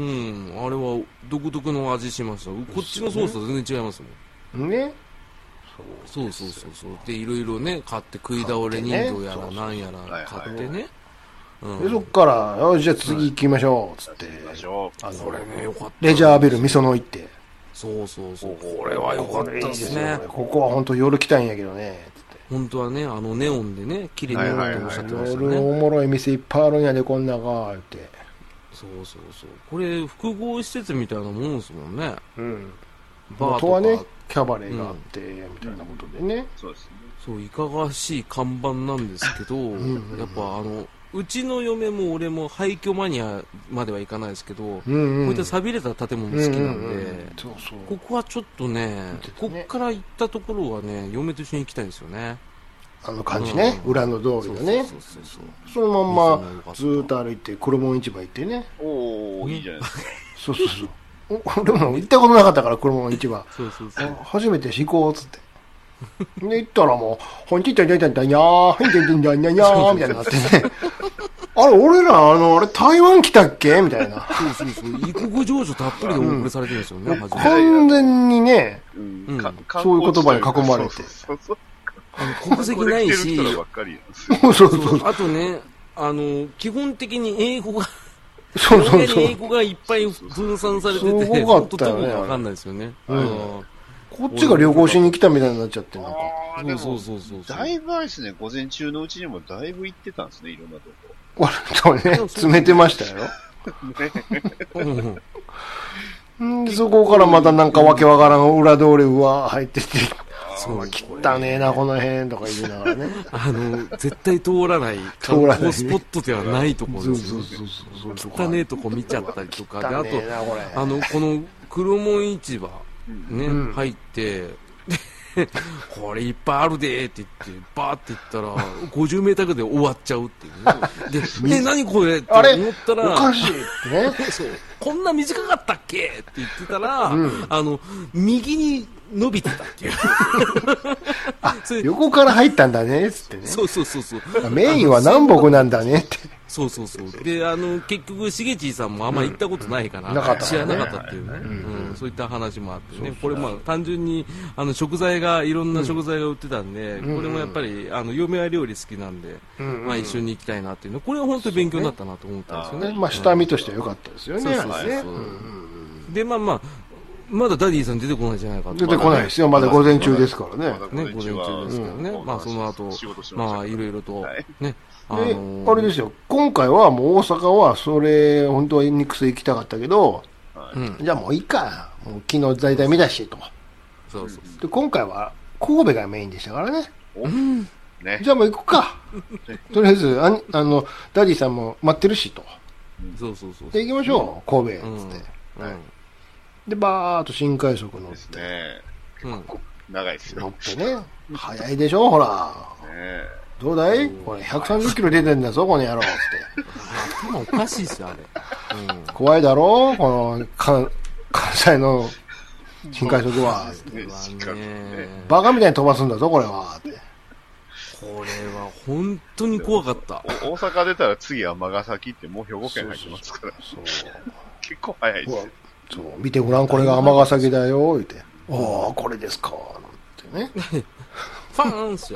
あれは独特の味しました。こっちのソースと全然違いますもん。ね。 そうそうそうそう。でいろいろね買って食い倒れ人形やらなんやら買ってね。うん、 でそっから、よし、じゃあ次行きましょう、つって。 あのこれね、よかった。 レジャービル、みその行って。 そうそうそう。これはよかったですね。 ここは本当夜来たいんやけどね、つって。 本当はね、あのネオンでね、綺麗にネオンっておっしゃってましたね。夜おもろい店いっぱいあるんやで、こんなが、言って。 そうそうそう。これ、複合施設みたいなもんですもんね。 うん。バーとはね、キャバレーがあって、みたいなことでね。 そうですね。 そう、いかがわしい看板なんですけど、やっぱあの、うちの嫁も俺も廃墟マニアまではいかないですけど、うんうん、こういった寂れた建物好きなんで、ここはちょっとね、ここから行ったところはね、嫁と一緒に行きたいんですよね。 あの感じね、うん、裏の通りでね。そうそうそうそう。そのまんまずーっと歩いて、黒門市場行ってね。 おー、いいじゃないですか。 そうそうそう。 俺も行ったことなかったから、車の市場。 そうそうそう。 初めて行こうっつって。で、行ったらもう、ほんちいたいたいたいたにゃー、ほんちいたいたいたにゃにゃーみたいになってね。あれ、俺ら、あの、あれ、台湾来たっけみたいな。 そうそうそう。異国情緒たっぷりでお送りされてるんですよね、 うん、完全にね、 うん、 そういう言葉に囲まれて。 そうそうそうあの国籍ないし、 そうそうそう。 あとね、あの、基本的に英語が、 そうそうそう。 英語がいっぱい分散されてて、 すごかったよね。 わかんないですよね。 うん。こっちが旅行しに来たみたいになっちゃって、なんか。 そうそうそうそう。 だいぶあれですね、午前中のうちにもだいぶ行ってたんですね、いろんなとこ。 割とね、詰めてましたよ。んで、そこからまたなんかわけわからん裏通りうわー入ってて、そう、汚ねえな、この辺とか言いながらね。 あの、絶対通らない観光スポットではないところですよ。そうそうそうそう。汚ねえとこ見ちゃったりとかで、あと、あの、この黒門市場、ね、入って、これいっぱいあるでーって言って、バーって言ったら、ごじゅうメーターぐらいで終わっちゃうっていうね。で、え、何これって思ったら、 おかしいってね。 そう。こんな短かったっけって言ってたら、うん、あの、右に伸びてたっていう。 あ、横から入ったんだね、つってね。 そうそうそうそう。 メインは南北なんだねって。 そうそうそう。で、あの、結局、しげちーさんもあんま行ったことないから、うん、知らなかったっていうね、うんうん。そういった話もあってね。これまあ、単純に、あの、食材が、いろんな食材が売ってたんで、うん、これもやっぱり、あの、嫁は料理好きなんで、うん、まあ一緒に行きたいなっていうの。これは本当に勉強になったなと思ったんですよね。ねまあ、下見としては良かったですよね。そうそうそう。 で、まあまあ、まだダディさん出てこないじゃないかと。 出てこないですよ。まだ午前中ですからね。 ね、午前中ですからね。まあ、その後、まあ、いろいろと、ね。 あのー、あれですよ。今回はもう大阪は、それ、本当はニックス行きたかったけど、うん、じゃあもういいか。もう昨日大体見たし、と。 そうそうで、今回は神戸がメインでしたからね。 うん。 ね。じゃあもう行くか。とりあえず、ああの、ダディさんも待ってるし、と。 そうそうそう。 で、行きましょう。神戸、つって。うん。はいで、バーっと新快速乗って。 ねうん。長いですよ。 乗ってね。早いでしょ、ほら。ねどうだいこれひゃくさんじゅっキロ出てんだぞ、この野郎。つって。 頭おかしいっすよ、あれ。 うん、怖いだろこの、関西の新快速は。バカみたいに飛ばすんだぞ、これは。って。 これは本当に怖かった。 大阪出たら次は尼崎ってもう兵庫県入ってますから。そう結構早いですよ。 そう、見てごらん、これが尼崎だよ、言うて。ああ、これですか、なんてね。 ファーンっすよ。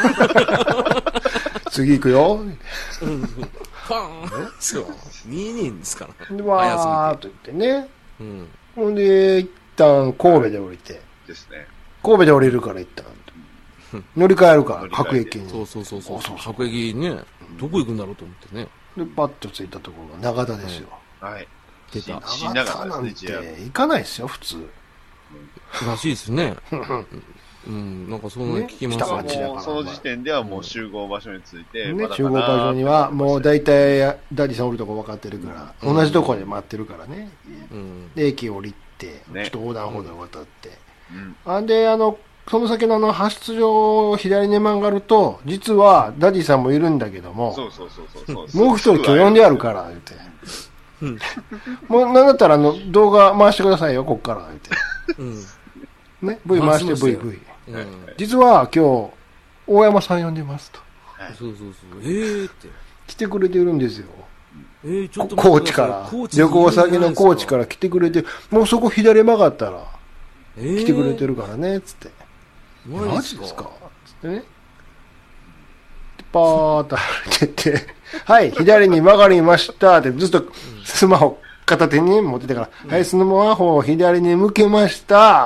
次行くよ。うん、 ファーンっすよ。見えねえんですから。 で、わーっと言ってね。うん。ほんで、一旦神戸で降りて。 ですね。 神戸で降りるから一旦。乗り換えるから、各駅に。 そうそうそうそう。各駅にね、どこ行くんだろうと思ってね。 で、パッと着いたところが長田ですよ。 はい。 出た。 新長田なんて行かないですよ、普通。 らしいですね。うん、なんかそんな聞きますね。その時点ではもう集合場所に着いて、 ね、集合場所にはもう大体ダディさんおるとこ分かってるから、同じとこで待ってるからね。で、駅降りて、ちょっと横断歩道渡って。あんで、あの、その先のあの、派出所を左に曲がると、実はダディさんもいるんだけども、 そうそうそうそう。 もう一人今日呼んであるから、言うて。もうなんだったらあの動画回してくださいよ、こっからって。うん、ね、V 回して V、V。うん、実は今日、大山さん呼んでますと。 そうそうそう。えーって。 来てくれてるんですよ。 えー、ちょっと高知から。旅行先の高知から来てくれて、もうそこ左曲がったら、来てくれてるからね、つって。えー、マジですかつってね。パーッと歩いてって、はい、左に曲がりましたってずっとスマホ片手に持ってたから、うん、はい、スマホを左に向けました、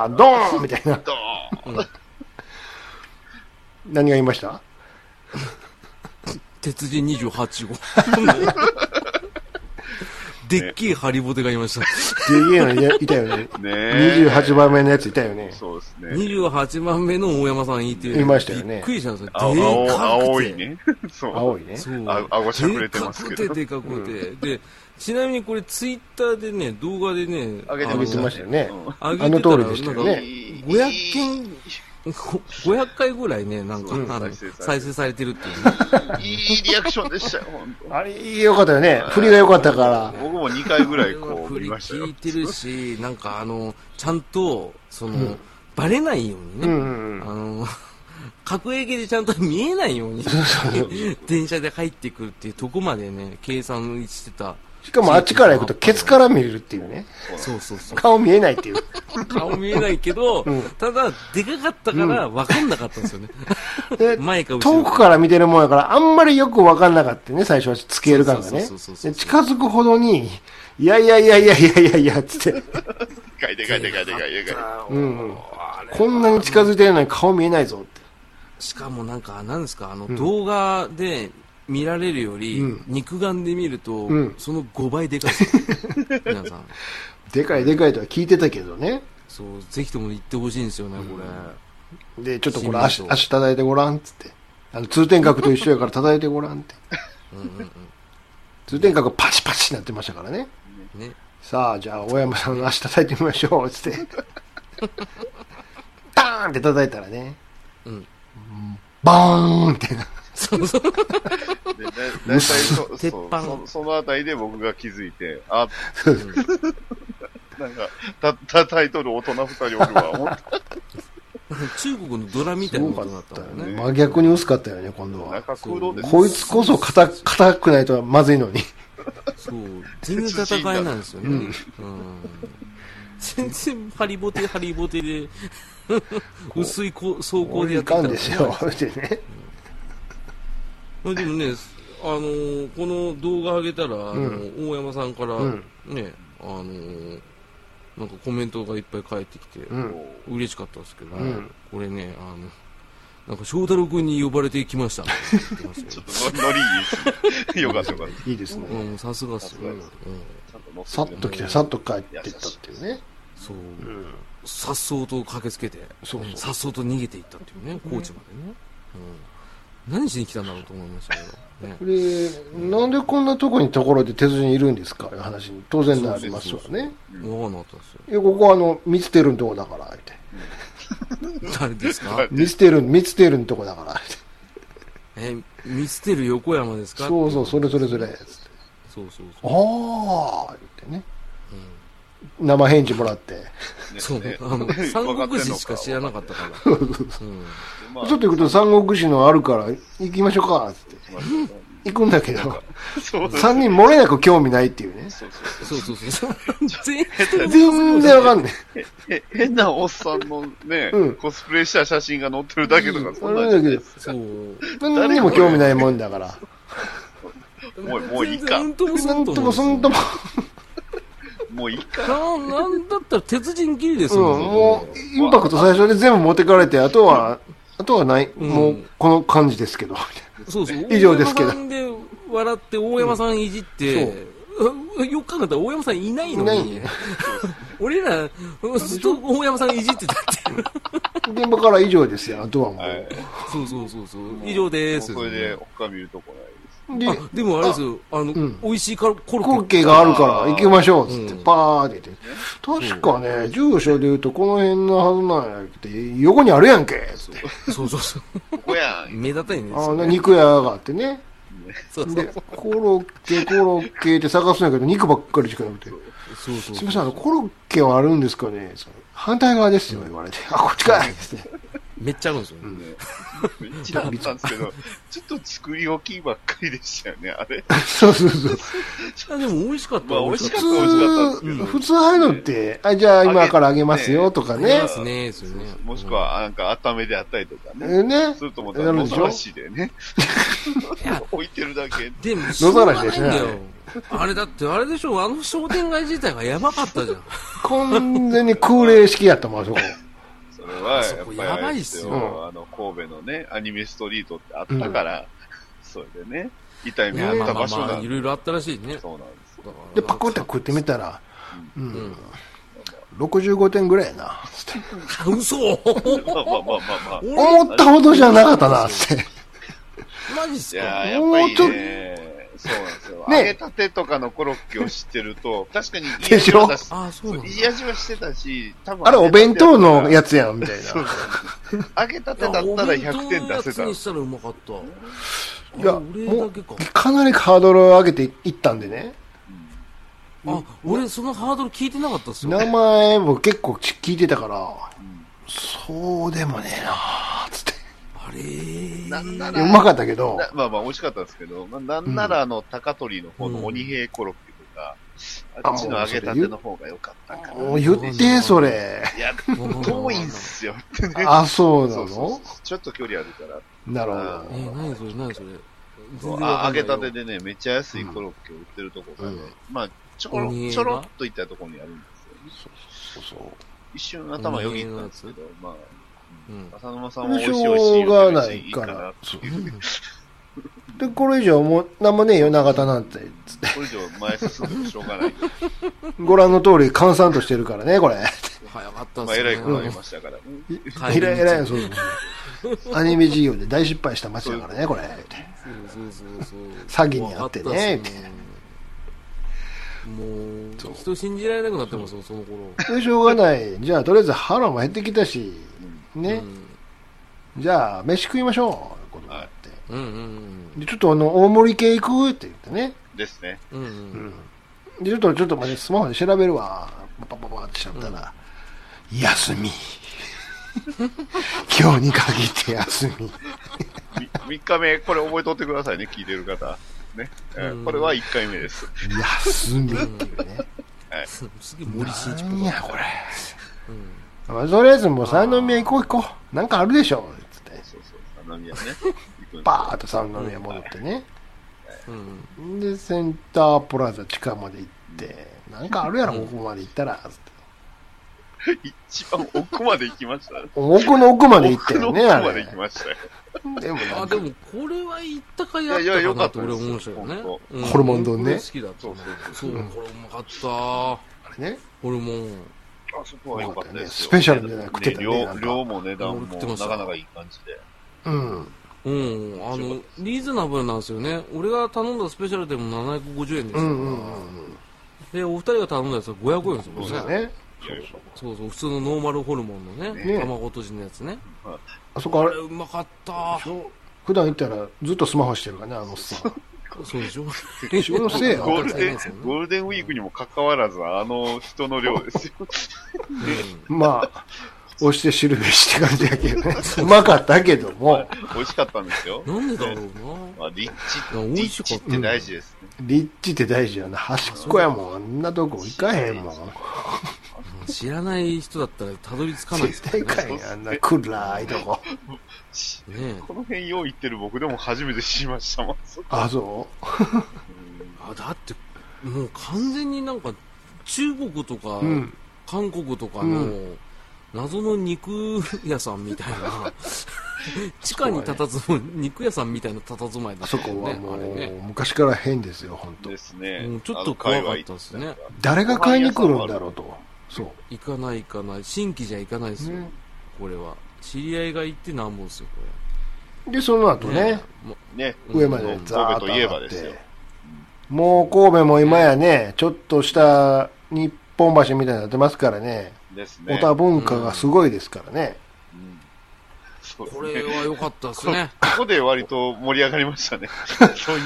ドーンみたいな。ドーン、うん、何が言いました？ 鉄人にじゅうはち号。でっけえハリボテがいました。 でけえのいたよね。ねえ。にじゅうはちばんめのやついたよね。 そうですね。 にじゅうはちばんめの大山さんいて。 いましたよね。 びっくりしたんですよ。 でかくて。青いね。 そう。青いね。 そう。あ、顎しゃくれてますけど。 でかくて、でかくて。で、ちなみにこれツイッターでね、動画でね、 上げてましたよね。 上げてあの通りでしたよね。 ごひゃくけん、ごひゃっかいぐらいね、なんか、あの、再生されてるっていうね。 いいリアクションでしたよ、本当。 あれ、よかったよね。振りが良かったから。 僕ももにかいぐらいこう見ましたよ。 聞いてるし、なんかあの、ちゃんと、その、うん、バレないようにね、うんうんうん、あの、各駅でちゃんと見えないように、電車で入ってくるっていうとこまでね、計算してた。 しかもあっちから行くとケツから見れるっていうね。 そうそうそう。 顔見えないっていう。 顔見えないけど、うん、ただ、でかかったから分かんなかったんですよね。 うん、前か後ろ。遠くから見てるもんやから、あんまりよく分かんなかったね、最初はスケール感がね。近づくほどに、いやいやいやいやいやいやいや、つって。でかいでかいでかいでかいでかい。 うん。こんなに近づいてるのに顔見えないぞって。 しかもなんか、なんですか、あの、うん、動画で、見られるより、うん、肉眼で見ると、うん、そのごばいでかいです皆さん。 でかいでかいとは聞いてたけどね。 そう、ぜひとも行ってほしいんですよね、これ。で、ちょっとこれ足、足叩いてごらんっつって。あの、通天閣と一緒やから叩いてごらんって。うんうんうん、通天閣パチパチなってましたからね。ね、さあ、じゃあ、大山さんの足叩いてみましょう、つって。ダーンって叩いたらね。うん。バーンってな。そうそう。で、だいたいそ、鉄板そ、そのあたりで僕が気づいて、あ、なんか、た、叩いとる大人二人おるわ、思った。 中国のドラみたいなことだったよね。 真逆に薄かったよね、今度は。 中空洞です。 こいつこそ硬、硬くないとまずいのに。 そう。全然戦えないんですよね。うん。うん、全然ハリボテハリボテで、薄いこ走行でやってたんですよ。ってね。でもね、あのー、この動画上げたら、うん、あの大山さんからね、うん、あのー、なんかコメントがいっぱい返ってきて、うん、嬉しかったですけど、うん、これね、あの、なんか翔太郎君に呼ばれてきましたって言ってましたよ。 ちょっとノリいいですね。よかったよかった。 いいですね。 うん、さすがっすよ。 さっと来て、さっと帰ってったっていうね。 そう。さっそうと駆けつけて、さっそうと逃げていったっていうね、高知までね。何しに来たんだろうと思いましたけど、ね、 これ、なんでこんなとこにところで鉄人いるんですかいう話に当然なりますわね。 分かんなかったですよ。 いや、ここはあの、ミツテルのとこだから、 みたいな。誰ですか？ ミツテル、ミツテルのとこだから、 え、ミツテル横山ですか？ そうそう、それそれそれ。 そうそうそう。 ああ、言ってね。うん、生返事もらって。 そう、あの、三国志しか知らなかったから。うんちょっと行くと三国志のあるから行きましょうかって行くんだけど三人漏れなく興味ないっていうね。 そうそうそう。 全然わかんない。 変なおっさんのね、うん、コスプレした写真が載ってるだけとかそんなんだけど。そう。 何にも興味ないもんだから。 もうもういいか。 なんともそんとも。そんとも。 もういいか。 な、なんだったら鉄人切りですよ、 うん。もう、インパクト最初で全部持ってかれて、あとは、あとはない、うん、もう、この感じですけど。 そうそう。 以上ですけど。 大山さんで笑って大山さんいじって、うん、よく考えたら大山さんいないのに。いないね。俺ら、ずっと大山さんいじってたっていう。 現場から以上ですよ、あとはもう。はい、 そうそうそうそう。以上です。 これで、おっか見るとこない。 で, あでもあれですよ、あの、うん、美味しいコロッケがあるから行きましょうっつって、パーって言って、確かね、住所で言うとこの辺のはずなんやけど、横にあるやんけっつって。 そうそうそう。 ここやん。 目立たいね。 あの、肉屋があってね。そうそうで、コロッケ、コロッケって探すんやけど、肉ばっかりしかなくて。そうそう。すみません、あの、コロッケはあるんですかね反対側ですよ、言われて。あ、こっちかいっつって。 めっちゃあるんですよね。 めっちゃあったんですけど、ちょっと作り置きばっかりでしたよね、あれ。 そうそうそう。 あでも美味しかった。 まあ美味しかった、美味しかったんですけど。 普通ああいうのって、あ、じゃあ今からあげますよとかね。 あげますね、ですよね。 もしくは、なんか温めであったりとかね。 ね。 すると思ったら野ざらしでね。置いてるだけ。 でも、野ざらしですね。あれだって、あれでしょ、あの商店街自体がやばかったじゃん。 完全に空冷式やったもん、あそこ。 それは、やっぱりやばいっすよ。 あの、神戸のね、アニメストリートってあったから、うん、それでね、痛い目を見た場所が。 いろいろあったらしいね。 そうなんです。 で、パコって食ってみたら、うん。うん、ろくじゅうごてんぐらいやな、つって。 嘘まあまあまあまあまあ。思ったほどじゃなかったな、つって。 マジっすか？ いや、やっぱりね。そうなんですよ。ね、揚げたてとかのコロッケを知ってると、確かにいい味は出し、あ、そうなんだ。いい味はしてたし、多分あれお弁当のやつやん、みたいな。 そうそう。揚げたてだったらひゃくてん出せた。 にしたらうまかった。 いや、もう、かなりハードルを上げていったんでね。 あ、俺そのハードル聞いてなかったっすよ。 名前僕結構聞いてたから、うん、そうでもねえなーつって。 あれー。 なんならうまかったけど。 まあまあ美味しかったんですけど、まあ、なんならあの、高取の方の鬼平コロッケとか、うん、あっちの揚げたての方が良かったかな。 もう言ってそれ。 いや、遠いんすよ。 あ、そうなの？そうそうそう、 ちょっと距離あるから。 なるほど。 え、何それ何それ。 あ揚げたてでね、めっちゃ安いコロッケを売ってるとこがね、うん、まあ、ちょころ、ちょろっといったところにあるんですよね。そうそうそう。一瞬頭よぎったんですけど、まあ、うん、浅沼さんも美味しい美味しいしょうがないから。で、これ以上もう、なんもねえよ、長田なんて、つって。 これ以上前進んでもしょうがない。 ご覧の通り、閑散としてるからね、これ。 早かったっすね。 まあ、偉いことありましたからね。 えらいえらい、そうそう。アニメ事業で大失敗した街だからね、これ。そうそうそうそう。 詐欺にあってね、 もう、人信じられなくなってますよ、その頃。 で、しょうがない。じゃあ、とりあえず腹も減ってきたし、ね。じゃあ、飯食いましょう、ことになって。 うんうん。 で、ちょっとあの、大盛り系行くって言ってね。 ですね。 うんうん。 で、ちょっと、ちょっと待って、スマホで調べるわ。パパパパってしちゃったら、休み。今日に限って休み。 みっかめ、これ覚えとってくださいね、聞いてる方。ね。えー、これはいっかいめです。 休みっていうね。 はい。 すげえ森進一っぽい。 なんや、これ。うん。まあ、とりあえずもう三宮行こう行こう。なんかあるでしょ。つって。 そうそう、三宮ね。 バーっと三宮戻ってね。うん。で、センタープラザ地下まで行って、なんかあるやろ、ここまで行ったら。つって。 一番奥まで行きましたね。 奥の奥まで行ったよね、 奥の奥まで行きましたよ。 でも、あ、でも、これは行ったかやったかなって俺思いましたよね。 ホルモン丼ね。 好きだった。そうそう。これうまかった。あれね。 ホルモン。 あそこは良かったですよ。 スペシャルじゃなくて、 量も値段もなかなかいい感じで。 うん。 うん。あの、リーズナブルなんですよね。俺が頼んだスペシャルでもななひゃくごじゅうえんですよ。で、お二人が頼んだやつはごひゃくえんですよ。 そうだね。 そうそう、普通のノーマルホルモンのね、卵とじのやつね。 あそこあれ、 うまかった。 普段行ったらずっとスマホしてるからね、あのさ。 そうでしょ。 仕事せえよ。 ゴールデン、ゴールデンウィークにもかかわらず、あの人の量ですよ。 まあ、押して知るべしって感じだけどね。うまかったけども。 美味しかったんですよ。 なんでだろうな。 まあ、立地、立地って大事ですね。 立地って大事やな。端っこやもん。あんなとこ行かへんもん。 知らない人だったらたどり着かないですからね。絶対かいあんな暗いとこ。 ね、この辺よう行ってる僕でも初めて知りましたもん。 あ、そうあ、だって、もう完全になんか中国とか、うん、韓国とかの謎の肉屋さんみたいな、地下に佇む肉屋さんみたいな佇まいだったよね。そこはもう、ね、昔から変ですよ、本当ですね。 もうちょっと怖かったですね。 誰が買いに来るんだろうと。そう。 行かない行かない。新規じゃ行かないですよ。ね、これは。知り合いが行ってなんぼですよ、これ。で、その後ね、 ね上までザーッと上がって、もう神戸も今やね、ちょっとした日本橋みたいになってますからね。 ですね。 オタ文化がすごいですからね。 うんうん、これは良かったですね。 ここで割と盛り上がりましたね。そういう。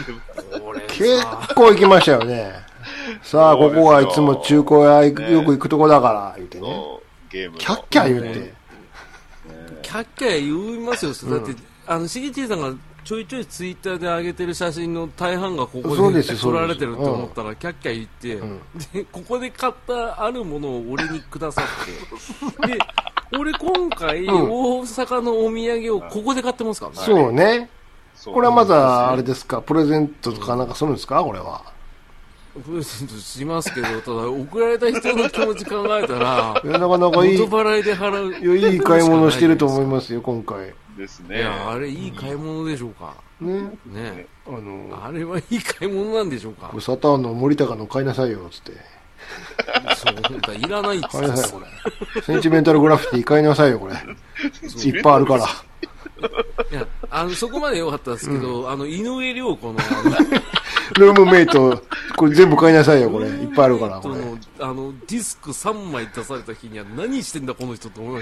結構行きましたよね。さあ、ここはいつも中古屋よく行くとこだから、言うてね。ゲームキャッキャ言って。 キャッキャ言いますよ。だって、あの、しげちーさんがちょいちょいツイッターで上げてる写真の大半がここで撮られてるって思ったら、キャッキャ言って、うん、で、ここで買ったあるものを俺にくださって、で、俺今回、大阪のお土産をここで買ってますからね。 そうね。これはまだ、あれですか、プレゼントとかなんかするんですか、これは。 プレゼントしますけど、ただ、送られた人の気持ち考えたら、 いやなかなかいい、 元払いで払う。 いや、いい買い物してると思いますよ、今回。 ですね。 いや、あれいい買い物でしょうか。 ね。 ね。 あの、 あれはいい買い物なんでしょうか。 サターンの森高の買いなさいよ、つって。 そうだ、いらないっつって。 買いなさいよ、これ。センチメンタルグラフィティ買いなさいよ、これ。いっぱいあるから。 いや、あの、そこまで良かったですけど、うん、あの、井上涼子の、 ルームメイト、これ全部買いなさいよ、これ。いっぱいあるから。これあの、ディスクさんまい出された日には何してんだ、この人と思いました。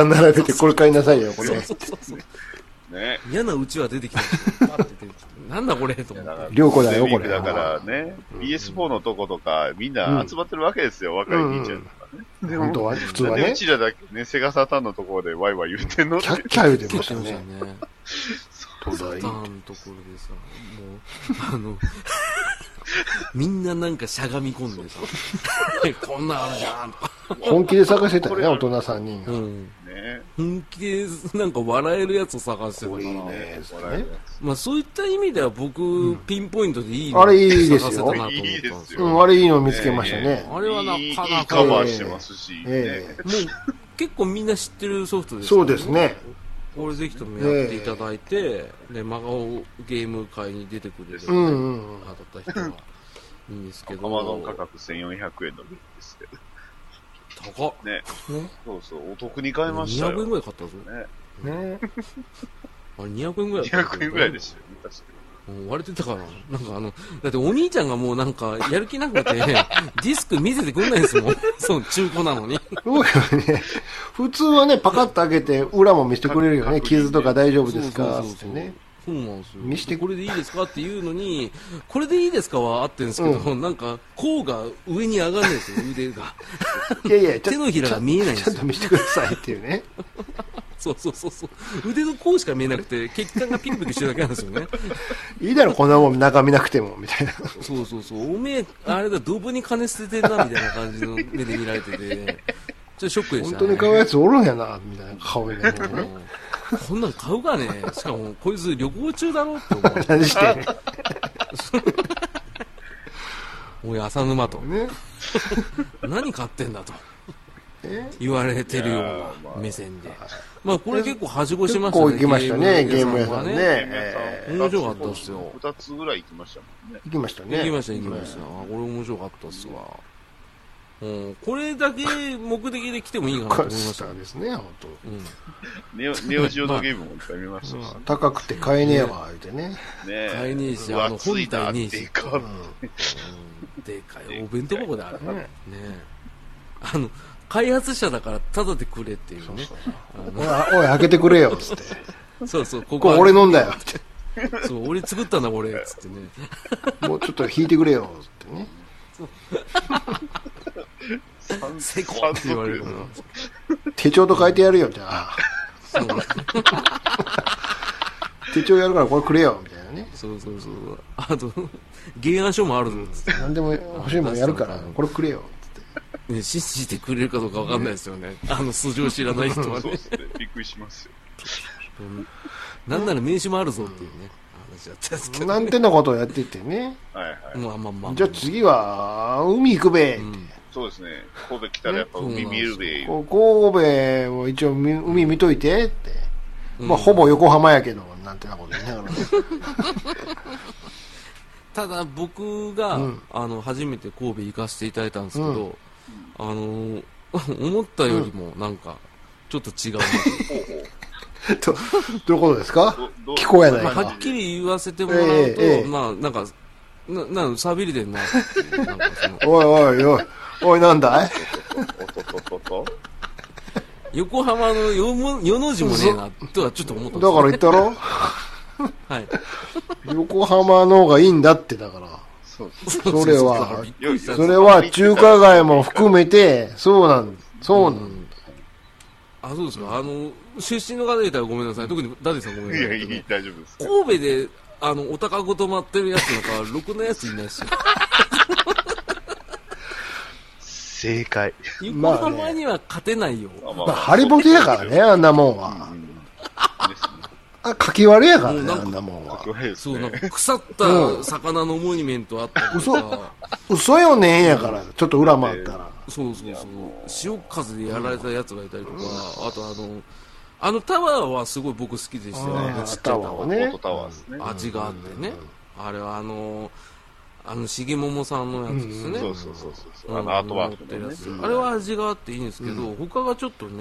トランプみたいにね、ザッサー並べ、扇形に並べて、これ買いなさいよ、これ。そうそうそうね、 嫌なうちは出てきたんですよ。パッて出てきてなんだこれと思って。 良子だよ、これ。 だからね、ビーエスフォー のとことか、みんな集まってるわけですよ、若い兄ちゃんとかね。 でも、本当は、普通はね。 うちらだけね、セガサターンのところでワイワイ言ってんのキャッキャ言うてましたね。 東大。サターンのところでさ、もう、あの、みんななんかしゃがみ込んでさ、こんなんあるじゃんとか。 本気で探してたよね、大人さんにんが。 うんね、本気でなんか笑えるやつを探してたから、いいね、まあそういった意味では僕、うん、ピンポイントでいいのあれいいですよ。 探せたなと思ったんですよ。 うん、あれいいの見つけましたね。 えー、あれはなかなかカバーしてますし、 えー、もう結構みんな知ってるソフトですよね。そうですね。 これぜひともやっていただいて、えー、で真顔ゲーム会に出てくれる、ね、 うんうん、 当たった人はいいんですけど。 アマゾン価格せんよんひゃくえんのビルですけど。 高っ。 ね。ね。そうそう、お得に買いましたよ。 にひゃくえんぐらい買ったぞ。 ね。ね。 あれにひゃくえんぐらいだった。にひゃくえんぐらいでしたよ、確かに。割れてたかな。なんかあの、だってお兄ちゃんがもうなんかやる気なくて、ディスク見せてくんないですもん。そう、中古なのに。 そうよね。普通はね、パカッと開けて裏も見せてくれるよね。傷とか大丈夫ですかってね。 そうなんですよ。 見してこれでいいですかっていうのに、これでいいですかはあってるんですけど、うん、なんか、甲が上に上がんないですよ、腕が。 いやいや、 手のひらが見えないんですよ。 ちゃんと見せてくださいっていうね。 そうそうそうそう。腕の甲しか見えなくて、血管がピクピクしてるだけなんですよね。 いいだろ、こんなもん中見なくても、みたいな。 そうそうそう。おめえ、あれだ、ドブに金捨ててるな、みたいな感じの目で見られてて、ちょっとショックでしたね。 本当に買うやつおるんやな、みたいな顔でね。 こんなん買うかね。しかも、こいつ旅行中だろって思う。 何してんおい、浅沼と。 ね、 何買ってんだと。言われてるような目線で。まあ、これ結構はしごしましたね。 結構行きましたね、ゲーム屋さんね。 えー、面白かったっすよ。 二つぐらい行きましたもんね。 行きましたね。 行きました、行きました。これ面白かったっすわ。うん、これだけ目的で来てもいいかなと思いましたですね、本当。 うん、ネオネオジオのゲームもいっぱい見ましたし、ね、 高くて買えねえわ言うてね。 ね買えねえし、あの本体ねえし。でかい、でかいお弁当箱であるね。ねあの開発者だからタダでくれっていうね。 おい開けてくれよっつって。 そうそうここ俺飲んだよって。 そう俺作ったんだこれっつってね。 もうちょっと引いてくれよっつってね。 セコって言われるから。 手帳と書いてやるよ、じゃあ。手帳やるからこれくれよ、みたいなね。 そうそうそう。あと、原案書もあるぞ、つって。 何でも欲しいもんやるから、これくれよ、つって。 ね、信じてくれるかどうかわかんないですよね。あの素性知らない人はね。 そうですね。びっくりしますよ。 なんなら名刺もあるぞっていうね。話だったんですけど、 なんてなことをやっててね。 はいはい。 まあまあまあ。 じゃあ次は、海行くべ、って。 そうですね。神戸来たらやっぱ海見えるべ。 神戸も一応海見といてって。まあほぼ横浜やけど、なんてなこと言いながらね。 ただ僕が、あの、初めて神戸行かせていただいたんですけど、あの、思ったよりもなんか、ちょっと違うな。 ど, どういうことですか聞こえない、 まあ、はっきり言わせてもらうと、えーえー、まあなんかななさびりでんななんかそのおいおいおいおいなんだい横浜のよの字もねえなとはちょっと思ったんですだから言ったろはい横浜の方がいいんだってだからそうそれはそれは中華街も含めてそうなんそうなん、うん、 あそうですかあの出身の方いたらごめんなさい。特にダディさんごめんなさい。 いやいや大丈夫です。 神戸であのお高ごと待ってるやつなんかろくなやついないですよ。 正解。 横浜には勝てないよ。 まあまあ、ハリボテやからねあんなもんは。うん、あかき割れやからねあんなもんは。 そうなんか腐った魚のモニュメントあったりとか。 嘘嘘よねんやからちょっと裏回ったら。 そうそうそう。潮風でやられたやつがいたりとか、うん、あとあの。あのタワーはすごい僕好きでしたよね。ちっちゃいタワーね。味があってね。あれはあのあの重桃さんのやつですね。 そうそうそうそう。あのアートワークのやつ。 あれは味があっていいんですけど、他がちょっとね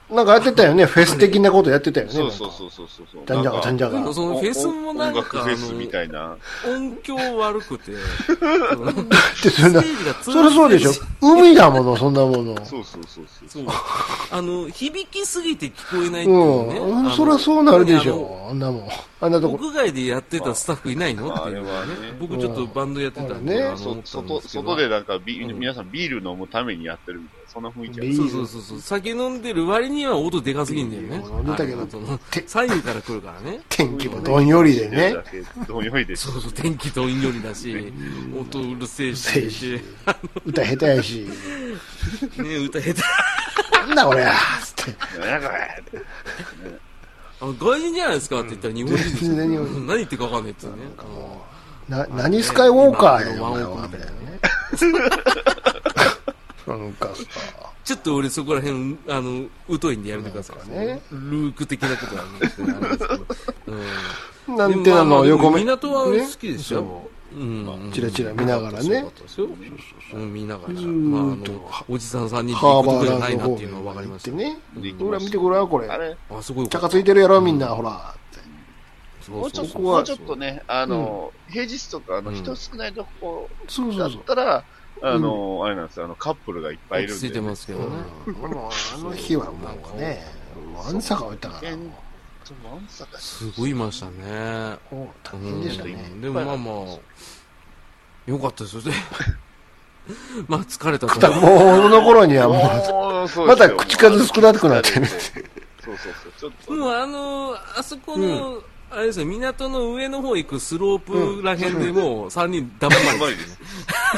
なんかやってたよね、フェス的なことやってたよね。 そうそうそうそうそう。 じゃんじゃが、じゃんじゃが。 そのフェスもなんか、 音楽フェスみたいな。 音響悪くて。 ってそんな、そりゃそうでしょ。海だもの、そんなもの。 そうそうそうそう。 あの、響きすぎて聞こえないっていうね。 うん、そりゃそうなるでしょ。あんなもん。あんなとこ。 屋外でやってたスタッフいないのっていうね。僕ちょっとバンドやってたんで、 ね。 外、外でなんかビ、皆さんビール飲むためにやってるみたいな、そんな雰囲気ある。 そうそうそうそう。酒飲んでる割には音でかすぎんだよね。 飲んでたけど、 左右から来るからね。 天気もどんよりでね。 どんよりでそうそう、天気どんよりだし、音うるせえし。 歌下手やし。 ね、歌下手。 なんだこれつって。 なんだこれあの外人じゃないですかって言ったら日本人ですよ。何言ってるかわかんないってね。 な、何スカイウォーカーやワンオクみたいなね。なんかさ。 ちょっと俺そこら辺、あの、疎いんでやめてください。ね。ルーク的なことはあるんですけど。 なんていうの横目。 港は好きでしょ。 うん。チラチラ見ながらね。 うん、見ながら。まあ、あの、おじさんさんにんで行くとこじゃないなっていうのは分かりましたね。 ほら見てごらん、これ。 あれあ、すごい。 ちゃかついてるやろ、みんな、ほら。 もうちょっと、もうちょっとね、あの、平日とか、あの、人少ないとこだったら、あの、あれなんですよ、あの、カップルがいっぱいいるんで。 ついてますけどね。 あの日はもうね、ワンサカ置いたから。 すごいいましたね。 大変でしたね。 でもまあまあ、よかったですよね。まあ疲れたと。 もう、この頃にはもう、また口数少なくなってる。そうそうそう。ちょっと。 もうあの、あそこの、あれですよ、港の上の方行くスロープらへんでもうさんにんだままりですね。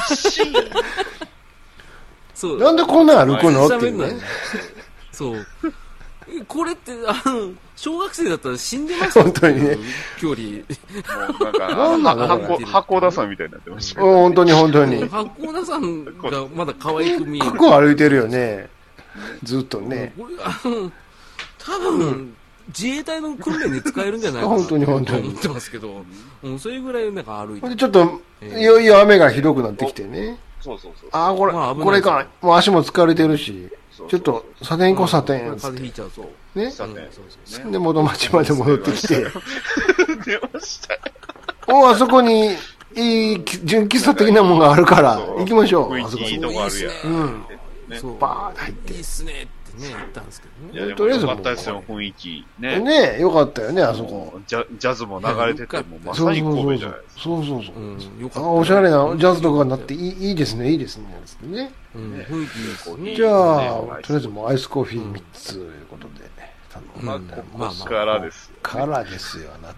そう。なんでこんな歩くのってね。 そう。これって、あの、小学生だったら死んでますよ。 本当にね。 距離。 もうなんか、箱田さんみたいになってました。 本当に本当に。 箱田さんがまだ可愛く見える。 結構歩いてるよね。ずっとね。 これ、あの、多分、自衛隊の訓練に使えるんじゃないかな本当に本当に思ってますけど、うん、それぐらいなんか歩いて。 ちょっと、いよいよ雨がひどくなってきてね。 そうそうそう。 ああ、これ、 まあこれか。もう足も疲れてるし、ちょっと、サテンコサテン。 風邪ひいちゃうそう。 ね。 サテン、そうですね。 で、元町まで戻ってきて。 出ました。 おあそこに、いい、純喫茶的なものがあるから、行きましょう。あそこに。 いいとこあるやん。 うん。そう、バーッと入って。 いいっすねってね、言ったんですけどね。 いや、とりあえずよかったですよ、雰囲気。ね。 ねよかったよね、あそこ。 ジャジャズも流れてて、もうまさに神戸じゃないですか。 そうそうそう。あ、おしゃれなジャズとかになっていいいいですね、いいですね。ね。 雰囲気いいですね。 じゃあ、とりあえずもうアイスコーヒーみっつということで。 まあ、ここからです。 からですよ、あな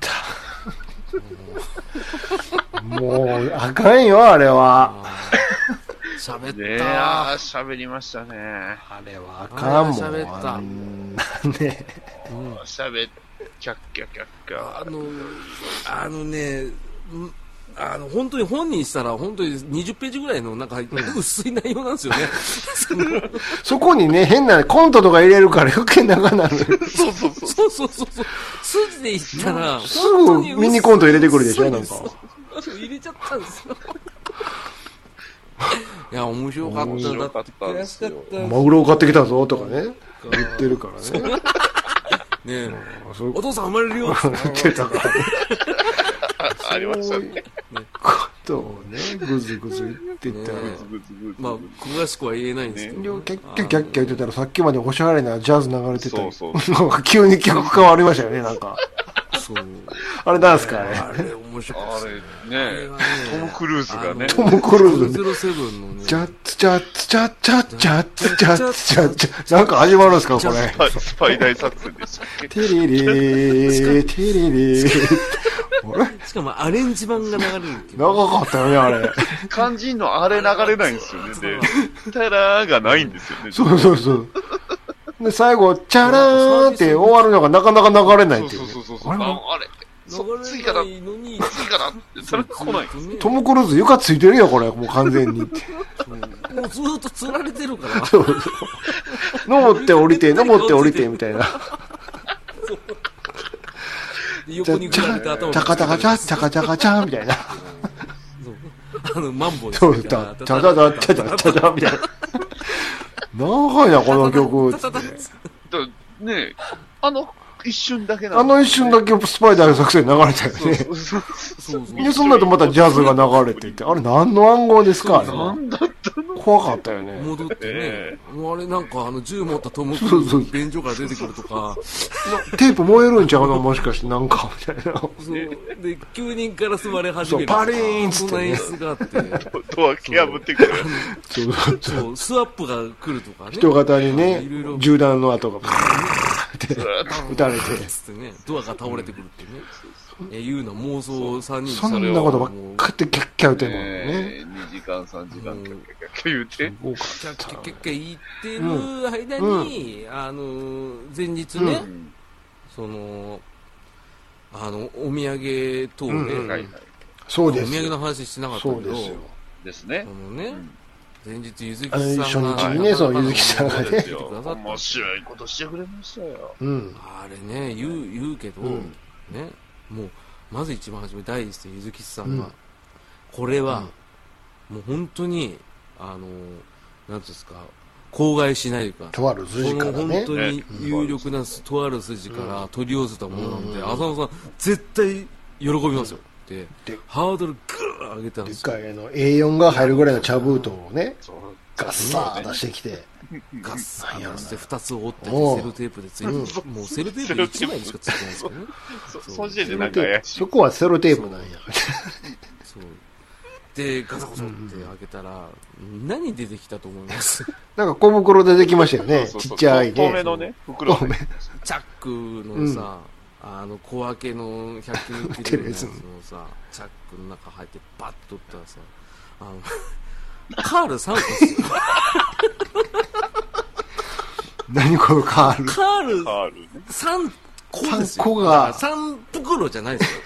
た。もう、あかんよ、あれは。 喋った。 ねえ、喋りましたね。 あれはあかんもん。 喋った。 ね喋っ、キャッキャキャッキャ。 あの、あのね、あの、本当に本にしたら、本当ににじゅっページぐらいの、なんか、薄い内容なんですよね。 そこにね、変なコントとか入れるから余計長なる。 そうそうそう。そうそうそうそう。筋で言ったら、 すぐミニコント入れてくるでしょ、なんか。 入れちゃったんですよ。いや、面白かった。 面白かったんですよ。 マグロを買ってきたぞ、とかね。言ってるからね。 ねえ。お父さん生まれるよって言ってたから。 ありましたね。 ことをね、ぐずぐず言ってたら。 まあ、詳しくは言えないんですけど。 キャッキャキャッキャ言ってたら、さっきまでおしゃれなジャズ流れてたり。そうそう。急に曲変わりましたよね、なんか。そう。あれなんすかね。 あれ、面白かった。 あれね、トム・クルーズがね。 トム・クルーズ。 ゼロセブンのね。 ジャッツジャッツジャッツジャッツジャッツジャッツジャッツ。なんか始まるんですか、これ。 スパイ大作戦でしたっけ。 テレレー、テレレー。 しかもアレンジ版が流れる。 長かったよね、あれ。 肝心のあれ流れないんですよね。で、タラーがないんですよね。 そうそうそう。で、最後、チャラーンって終わるのがなかなか流れないっていう。 そうそうそう。あれ次かな次かなってそれ来ない。 トム・クルーズ床ついてるよ、これ。もう完全にって。 もうずーっと釣られてるから。 そうそう。登って降りて、登って降りて、みたいな。 横に振られて頭を。 チャカチャカチャ、チャカチャカチャ、みたいな。 あの、マンボウです。 そう、チャチャチャチャチャチャチャ、みたいな。長いな、この曲。 ねえ、あの、一瞬だけなあの一瞬だけスパイダーの作戦流れたよね。そうそうそうそう。で、その後またジャズが流れていて、あれ何の暗号ですか？ 何だったの？ 怖かったよね。 戻ってね、えー、もうあれなんかあの銃持ったトム・クルーズの便所から出てくるとか、 テープ燃えるんちゃうのもしかしてなんかみたいな。 そうできゅうにんから座れ始めるパリーンっつって、ね、 そんな演出があって、 ドア蹴破ってくる。 そうそうスワップが来るとかね。 人型にね、銃弾の跡がバーって撃たれて、 つってね、ドアが倒れてくるってね。えいうの妄想さんにんそんなことばっかってキャッキャ言ってんのね。 にじかんさんじかんキャッキャキャッキャ言って。 キャッキャキャッキャ言ってる間に、あの、前日ね、その、あの、お土産等で、 そうです。 お土産の話してなかったけど、 そうですよ。ですね。 そのね、前日ゆずきさんが、 初日にね、そのゆずきさんがね、 面白いことしてくれましたよ。 あれね、言う、言うけど、ね、もうまず一番初め第一声ゆずきさんが、うん、これは、うん、もう本当にあのなんていうんですか口外しないというかとある筋からね本当に有力な、うん、とある筋から取り寄せたものなんで、うん、浅野さん絶対喜びますよってハードルグーッ上げたんですよ。 でっかいあの エーよん が入るぐらいの茶封筒をねガッサー出してきてガッサー出してふたつ折ってセロテープでついて、うん、もうセロテープいちまいしかついてないですけどね。 その時点でなんか怪しい。 そこはセロテープなんや。 そうでガサゴソって開けたら、うん、何出てきたと思います？ なんか小袋出てきましたよね。ちっちゃいね。 透明のね袋。 チャックのさ、うん、あの小分けのひゃくキロのやつのさチャックの中入ってバッと取ったらさ、あのカールさんこっすよ。 何このカールカールさんこですよ。 さんこがさん袋じゃないですよ。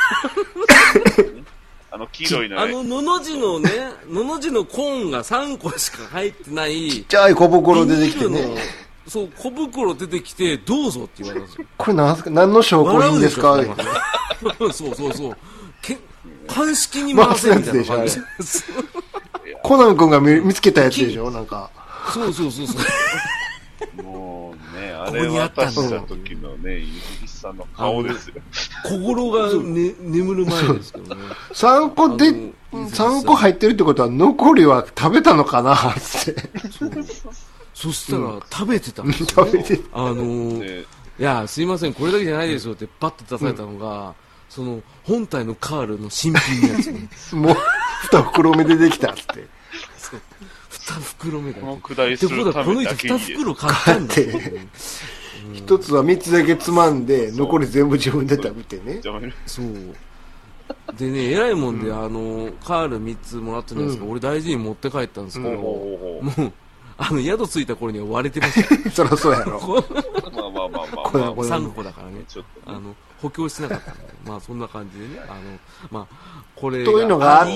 あの黄色いのあののの字のねのの字のコーンがさんこしか入ってないちっちゃい小袋出てきてね。 そう小袋出てきてどうぞって言われたんですよ。 これ何すか何の証拠品ですか？ そうそうそうけ鑑識に回せみたいな感じです。 コナン君が 見, 見つけたやつでしょなんか。 そうそうそうそう。 もうね、あれ渡した時のね、ゆずきさんの顔ですよ。 小五郎が、ね、眠る前ですけどね。 さんこで、さんこ入ってるってことは残りは食べたのかなって。 そう。そしたら食べてたんですよ、ね。食べてた。あのー、いや、すいません、これだけじゃないですよってパッと出されたのが、うん、その、本体のカールの新品のやつね。 もう、二袋目でできたって。 二袋目だ。 このくだりするためだけに。 二袋買ったんだって。 一つは三つだけつまんで、残り全部自分で食べてね。 そう。でね、偉いもんで、あの、カール三つもらってるんですけど、俺大事に持って帰ったんですけど、もう、あの、宿着いた頃には割れてました。 そりゃそうやろ。 まあまあまあまあまあ。 さんこだからね。あの、補強してなかったんで、まあそんな感じでね、あの、まあ、これが。 というのがあって、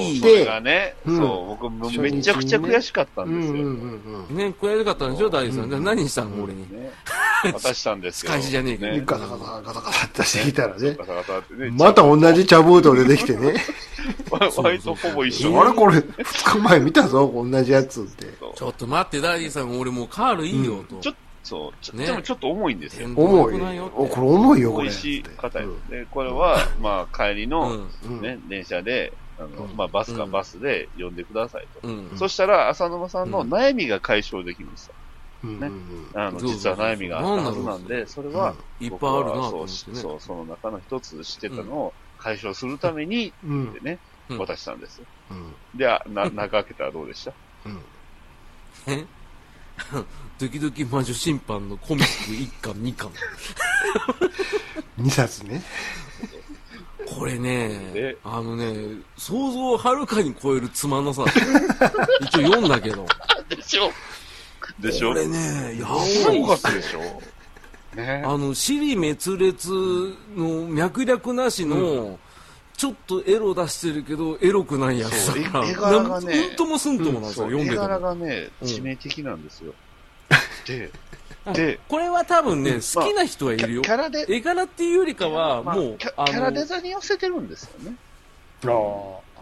がね、そう、僕もめちゃくちゃ悔しかったんですよ。 ね、悔しかったんでしょ、大地さん。何したの俺に。 渡したんですよ。 仕返しじゃねえけど。 ガタガタガタガタってしてきたらね。また同じ茶封筒出てきてね。 割とほぼ一緒。 あれこれ、二日前見たぞ、同じやつって。 ちょっと待って、ダディさん、俺もうカールいいよと。 ちょっと、そう、でもちょっと重いんですよ。 重い。お、これ重いよ、これ。 美味しい方よ。で、これは、まあ、帰りの、ね、電車で、あの、まあ、バスかバスで呼んでくださいと。そしたら、浅沼さんの悩みが解消できました。ね。あの、実は悩みがあったはずなんで、それは、 いっぱいあるなと思ってね。 そう、その中の一つ知ってたのを解消するために、でね、渡したんですよ。で、な、中開けたらどうでした？ えドキドキ魔女審判のコミックいっかんにかんにさつね。 これね、あのね、想像をはるかに超えるつまんなさ。一応読んだけど。 でしょでしょこれね、やばいっすでしょね。あの、尻滅裂の脈略なしの、うん、ちょっとエロ出してるけど、エロくないやつだから。 絵柄がね、 うんともすんともなんですよ、読んでても。 絵柄がね、致命的なんですよ。で、 で、これは多分ね、好きな人はいるよ。 キャラで。 絵柄っていうよりかは、もう、 キャラデザに寄せてるんですよね。 あ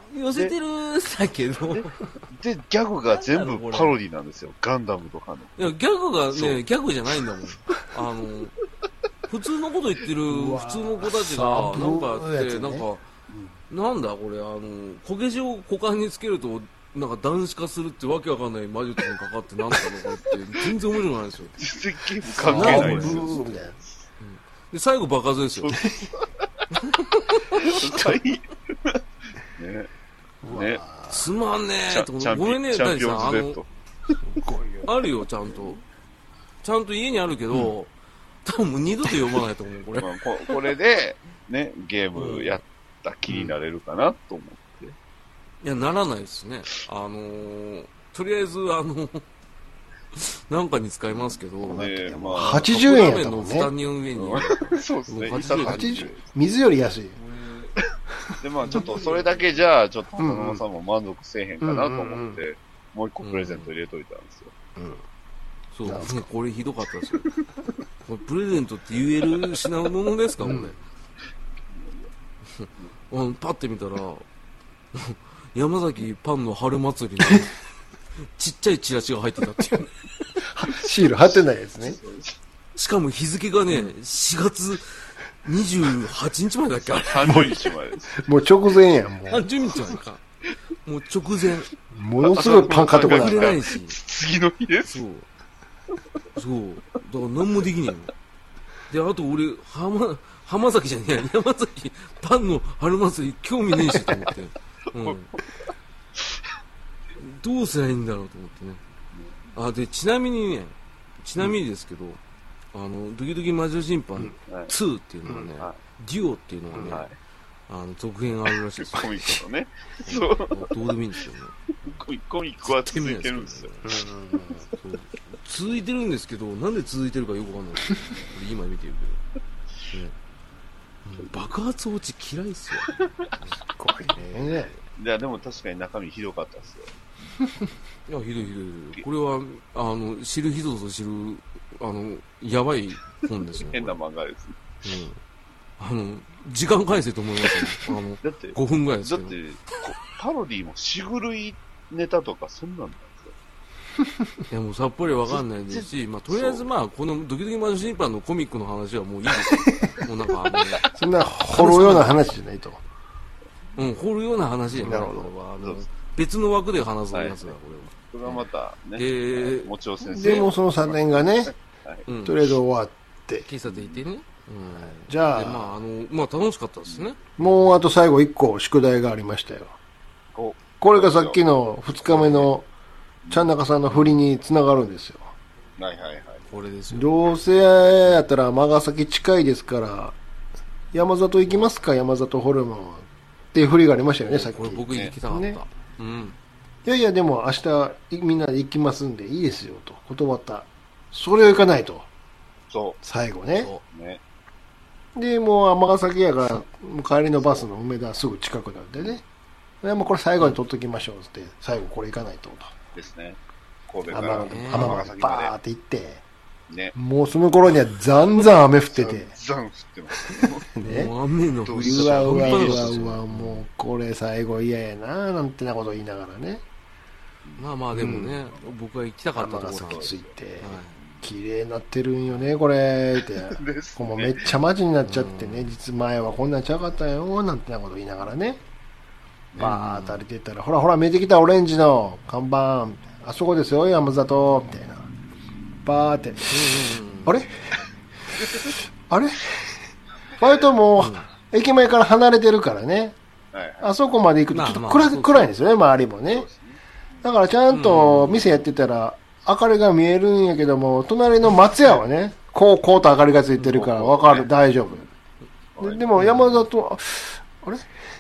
寄せてるんだけど。 で、でギャグが全部パロディなんですよ。ガンダムとかの。 いや、ギャグがね、ギャグじゃないんだもん。あの、普通のこと言ってる普通の子たちが、なんかあって、なんか、なんだこれ、あの、こけしを股間につけると、なんか男子化するってわけわかんない魔術にかかってなんだのこれって全然面白くないですよ。 全然ゲーム関係ないですよ。 で、最後爆発ですよ。 ね。ね。 すまんねーとごめんね、大地さん。あの、あるよ、ちゃんと。ちゃんと家にあるけど、多分もう二度と読まないと思う、これ。 まあ、こ, これで、ね、ゲームやった気になれるかなと思って。 いや、ならないですね。あのー、とりあえず、あの、なんかに使いますけど、 ねまあ、 はちじゅうえんやったもんね。 ラーメンの蓋に上に。 そうですね。 はちじゅうえん。 水より安い。 で、まあ、ちょっとそれだけじゃあ、ちょっと、そのまさんも満足せえへんかなと思って、もう一個プレゼント入れといたんですよ。 うん。そう、これひどかったですよ。これプレゼントって言える品物ですか、これ。うん、パッて見たら、山崎パンの春祭りのちっちゃいチラシが入ってたっていう、ね、 シール貼ってないやつね。 しかも日付がね、しがつにじゅうはちにちまでだっけあれ。 さんじゅうにちまでです。 もう直前やん、もう。 さんじゅうにちまでか。もう直前。 ものすごいパン買ってこない。 くれないし。 次の日です。 そう。そう。だから何もできねえの。で、あと俺、浜、浜崎じゃねえや、山崎パンの春祭り興味ねえしと思って。うん。どうすりゃいいんだろうと思ってね。あ、で、ちなみにね、ちなみにですけど、うん、あの、ドキドキ魔女審判ツーっていうのはね、うんはい、デュオっていうのはね、はい、あの、続編があるらしいですよ。 コミックのね。そう。 どうでもいいんですよね。 コミックは続いてるんですよ。 続いてるんですけど、なんで続いてるかよくわかんないですよ。今見てるけど。ね、爆発落ち嫌いっすよ。すごいね。 いや、でも確かに中身ひどかったっすよ。 いや、ひどいひどいひどい。これは、あの、知る人ぞ知る、あの、やばい本ですね。 変な漫画ですね。うん。あの、時間返せと思いますよ。あの、 だってごふんぐらいですけど。 だって、パロディもしぐるいネタとかそんなんなんですよ。 いや、もうさっぱりわかんないですし、まあ、とりあえずまあ、このドキドキ魔女審判のコミックの話はもういいですよ。もうなんかあの、 そんな掘るような話じゃないと。 うん、掘るような話じゃない。なるほど。あの別の枠で話すやつだ、これは。 これはまたね、 えー、 もちろん先生。 でもそのさんねんがね、はい、とりあえず終わって。 喫茶店行ってね。うん、 じゃあ、 まあ、あの、まあ楽しかったですね。 もうあと最後いっこ宿題がありましたよ。これがさっきのふつかめのちゃんなかさんの振りにつながるんですよ。 はいはいはい。 これですよ。 どうせやったら尼崎近いですから、山里行きますか、山里ホルモンっていう振りがありましたよね、さっき。 これ僕行きたかった。ね、うん。 いやいや、でも明日みんなで行きますんでいいですよと断った。それを行かないと。 そう。 最後ね。 そうね。 で、もう尼崎やから、帰りのバスの梅田すぐ近くなんでね。でもこれ最後に取っときましょうって、最後これ行かないとと。 ですね。神戸から尼崎バーって行って、 ね。 もうその頃にはざんざん雨降ってて。 ざんざん降ってますね。 もう雨の降りうわうわうわうわ、もうこれ最後嫌やななんてなこと言いながらね。 まあまあでもね、うん、僕は行きたかったところ尼崎着いて、はい、綺麗になってるんよねこれって、ね、ここめっちゃマジになっちゃってね、うん、実前はこんなんちゃうかったよなんてなこと言いながらね、バーッと歩いていったら、ほらほら見えてきたオレンジの看板、あそこですよ山里みたいな、バーって、うんうんうん、あれあれ割ともう、うん、駅前から離れてるからね、はいはい、あそこまで行くとちょっと暗い、まあまあ、暗いんですよね周りもね。だからちゃんと店やってたら明かりが見えるんやけども、隣の松屋はね、こうこうと明かりがついてるから分かる、大丈夫。で, でも山里、あれ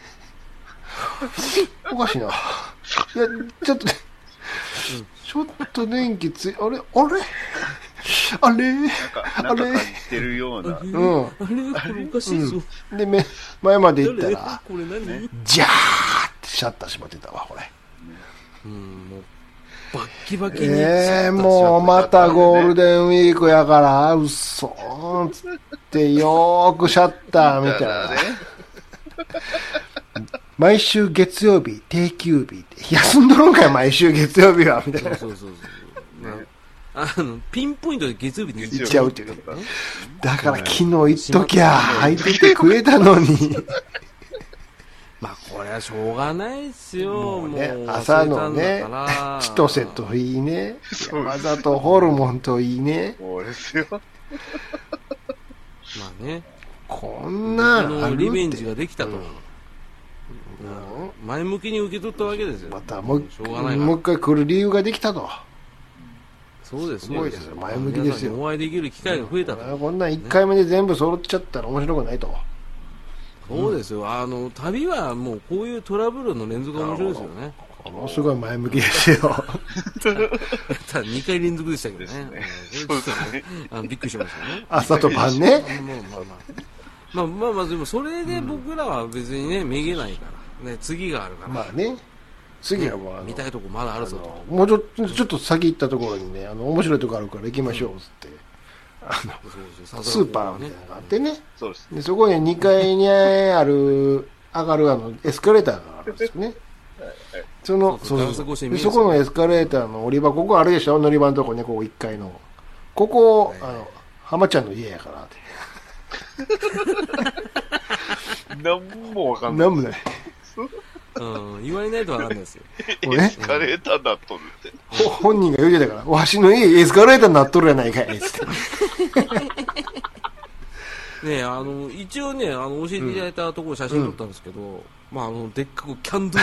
おかしいな。いや、ちょっと、ちょっと電気つい、あれあれあれなんか、なんか感じてるような。 うん。あれこれおかしいぞ。 うん、で、め、前まで行ったら、これ何ジャーってシャッター閉まってたわ、これ。 うん、もうバッキバキにええー、もうまたゴールデンウィークやからうっそーっつってよーくシャッター見たら毎週月曜日、定休日って、休んどるんかい、毎週月曜日は、みたいな。 そうそうそうそう。ね、あの、ピンポイントで月曜日に行っちゃうっていうね。だから昨日行っときゃ、入ってて食えたのに。 まあ、これはしょうがないっすよ、もうね。 もう朝のね、千歳といいね。山里ホルモンといいね。 そうですよ。まあね。 こんなのリベンジができたと。うん前向きに受け取ったわけですよ。 またもう一回来る理由ができたと。 そうです。 すごいですよ。前向きですよ。 お会いできる機会が増えたと。 こんなんいっかいめで全部揃っちゃったら面白くないと。 そうですよ。あの旅はもうこういうトラブルの連続が面白いですよね。 ものすごい前向きですよ。 ただにかい連続でしたけどね。あびっくりしましたね。 朝と晩ね。 まあまあまあでもそれで僕らは別にねめげないからね次があるから。 まあね。次はもう見たいとこまだあるぞと。 もうちょっとちょっと先行ったところにねあの面白いとこあるから行きましょうっつって。あのスーパーみたいなのがあってね。 そうです。 でそこににかいにある上がるあのエスカレーターがあるんですよね。そのそうそうそこのエスカレーターの降り場ここあるでしょ乗り場のとこねここいっかいのここあの浜ちゃんの家やからって。 何もわかんない。 何もない。 うん、言われないとわかんないですよ。 エスカレーターなっとるって。 本人が言うてたから、わしの家エスカレーターになっとるやないかい、つって。 ねあの、一応ね、あの、教えていただいたところ写真撮ったんですけど、うん、まあ、あの、でっかくキャンドゥ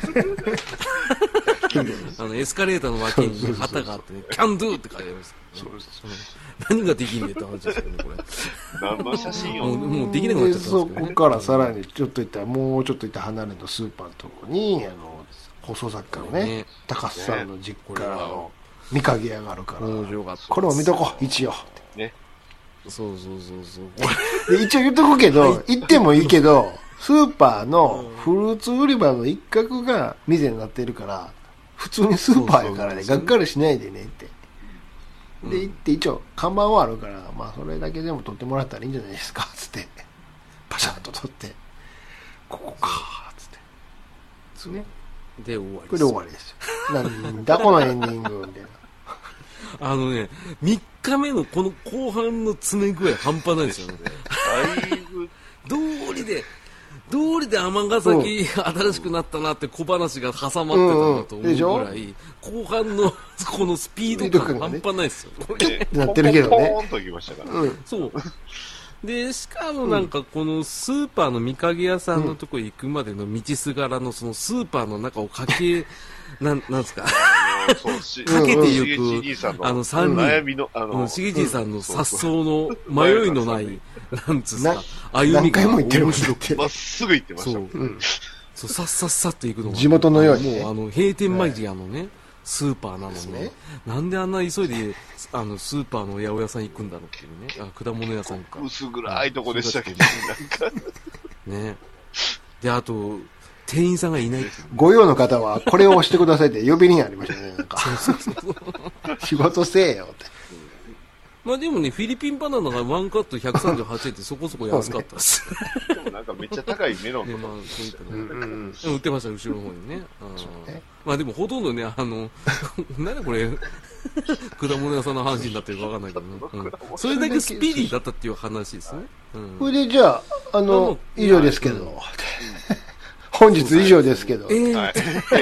ってあの、エスカレーターの脇に旗があってね、キャンドゥって書いてあります、ね。そうです。何ができんねって話ですよね、これ。 何の写真をもう、もうできなくなっちゃったんですけど、ね、 そこからさらにちょっといったら、もうちょっといった離れたスーパーのとこに、あの、放送作家のね、ね高須さんの実家の見かけ屋があるから、面白かった。これも見とこう、一応。ね。 そうそうそうそう。 で一応言っとくけど、はい、行ってもいいけど、スーパーのフルーツ売り場の一角が店になってるから、普通にスーパーやからね、がっかりしないでねって。で、行って一応、看板はあるから、まあ、それだけでも撮ってもらったらいいんじゃないですか、つって。パシャッと撮って、ここか、つって。 つね。で、終わりです。 これで終わりですよ。なんだこのエンディング、みたいな。 あのね、みっかめのこの後半の詰め具合半端ないですよね。だいぶ、通りで、通りで尼崎新しくなったなって小話が挟まってたなと思うぐらい、後半のこのスピード感半端ないですよ。 キュッてなってるけどね。 ポーンときましたから。 そう。で、しかもなんかこのスーパーの見影屋さんのとこ行くまでの道すがらのそのスーパーの中を駆け、なん、なんですか。かけていく、あの、三人、 悩みの、あの、 しげじいさんの殺走の迷いのない、なんつうか、歩みが面白くて。 まっすぐ行ってました。 そう、さっさっさっと行くのが。 地元のように。 もう、あの、閉店間際のね、スーパーなのに、なんであんな急いで、あの、スーパーの八百屋さん行くんだろうっていうね。あ、果物屋さんか。 薄暗いとこでしたけど、なんか。 ね。で、あと、店員さんがいない。 ご用の方はこれを押してくださいって呼び鈴ありましたね。なんかそうそうそう仕事せえよって。 まあでもね、フィリピンバナナがワンカットひゃくさんじゅうはちえんってそこそこ安かったです。 でもなんかめっちゃ高いメロンとか。 まあ、そういったの、うんうん、売ってました、後ろの方にね。あまあでもほとんどね、あの、なんだこれ、果物屋さんの話になってるかわかんないけどね、うん。それだけスピーディーだったっていう話ですね。 うん、これでじゃあ、あの、以上ですけど。うん本日以上ですけど。 えー、はい。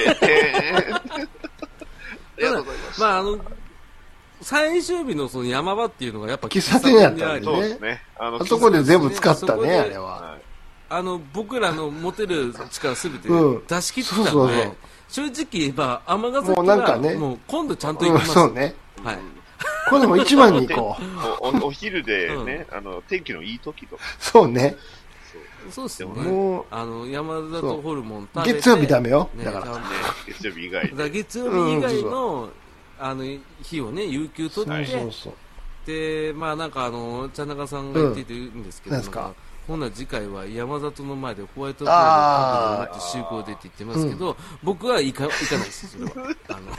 まあ、あの、最終日のその山場っていうのがやっぱ喫茶店やったんでそうですね。 あの、あそこで全部使ったね、あれは。 あの、僕らの持てる力すべて出し切ったので、正直言えば、尼崎はもうなんかね、もう今度ちゃんと行きます。 そうね。 はい。 今度も一番に行こう。お昼でね、あの、天気のいい時とか。 そうね。 そうですね。もう、あの、山里ホルモン食べて。 月曜日ダメよ。だから。 ね、月曜日以外。 だ月曜日以外の、あの、日をね、有給取って、そうそうで、まあなんかあの、茶中さんが言っているんですけど、なんか、ほんなら次回は山里の前でホワイトボードを持って集合でって言ってますけど、僕は行か、行かないです、それは。あの、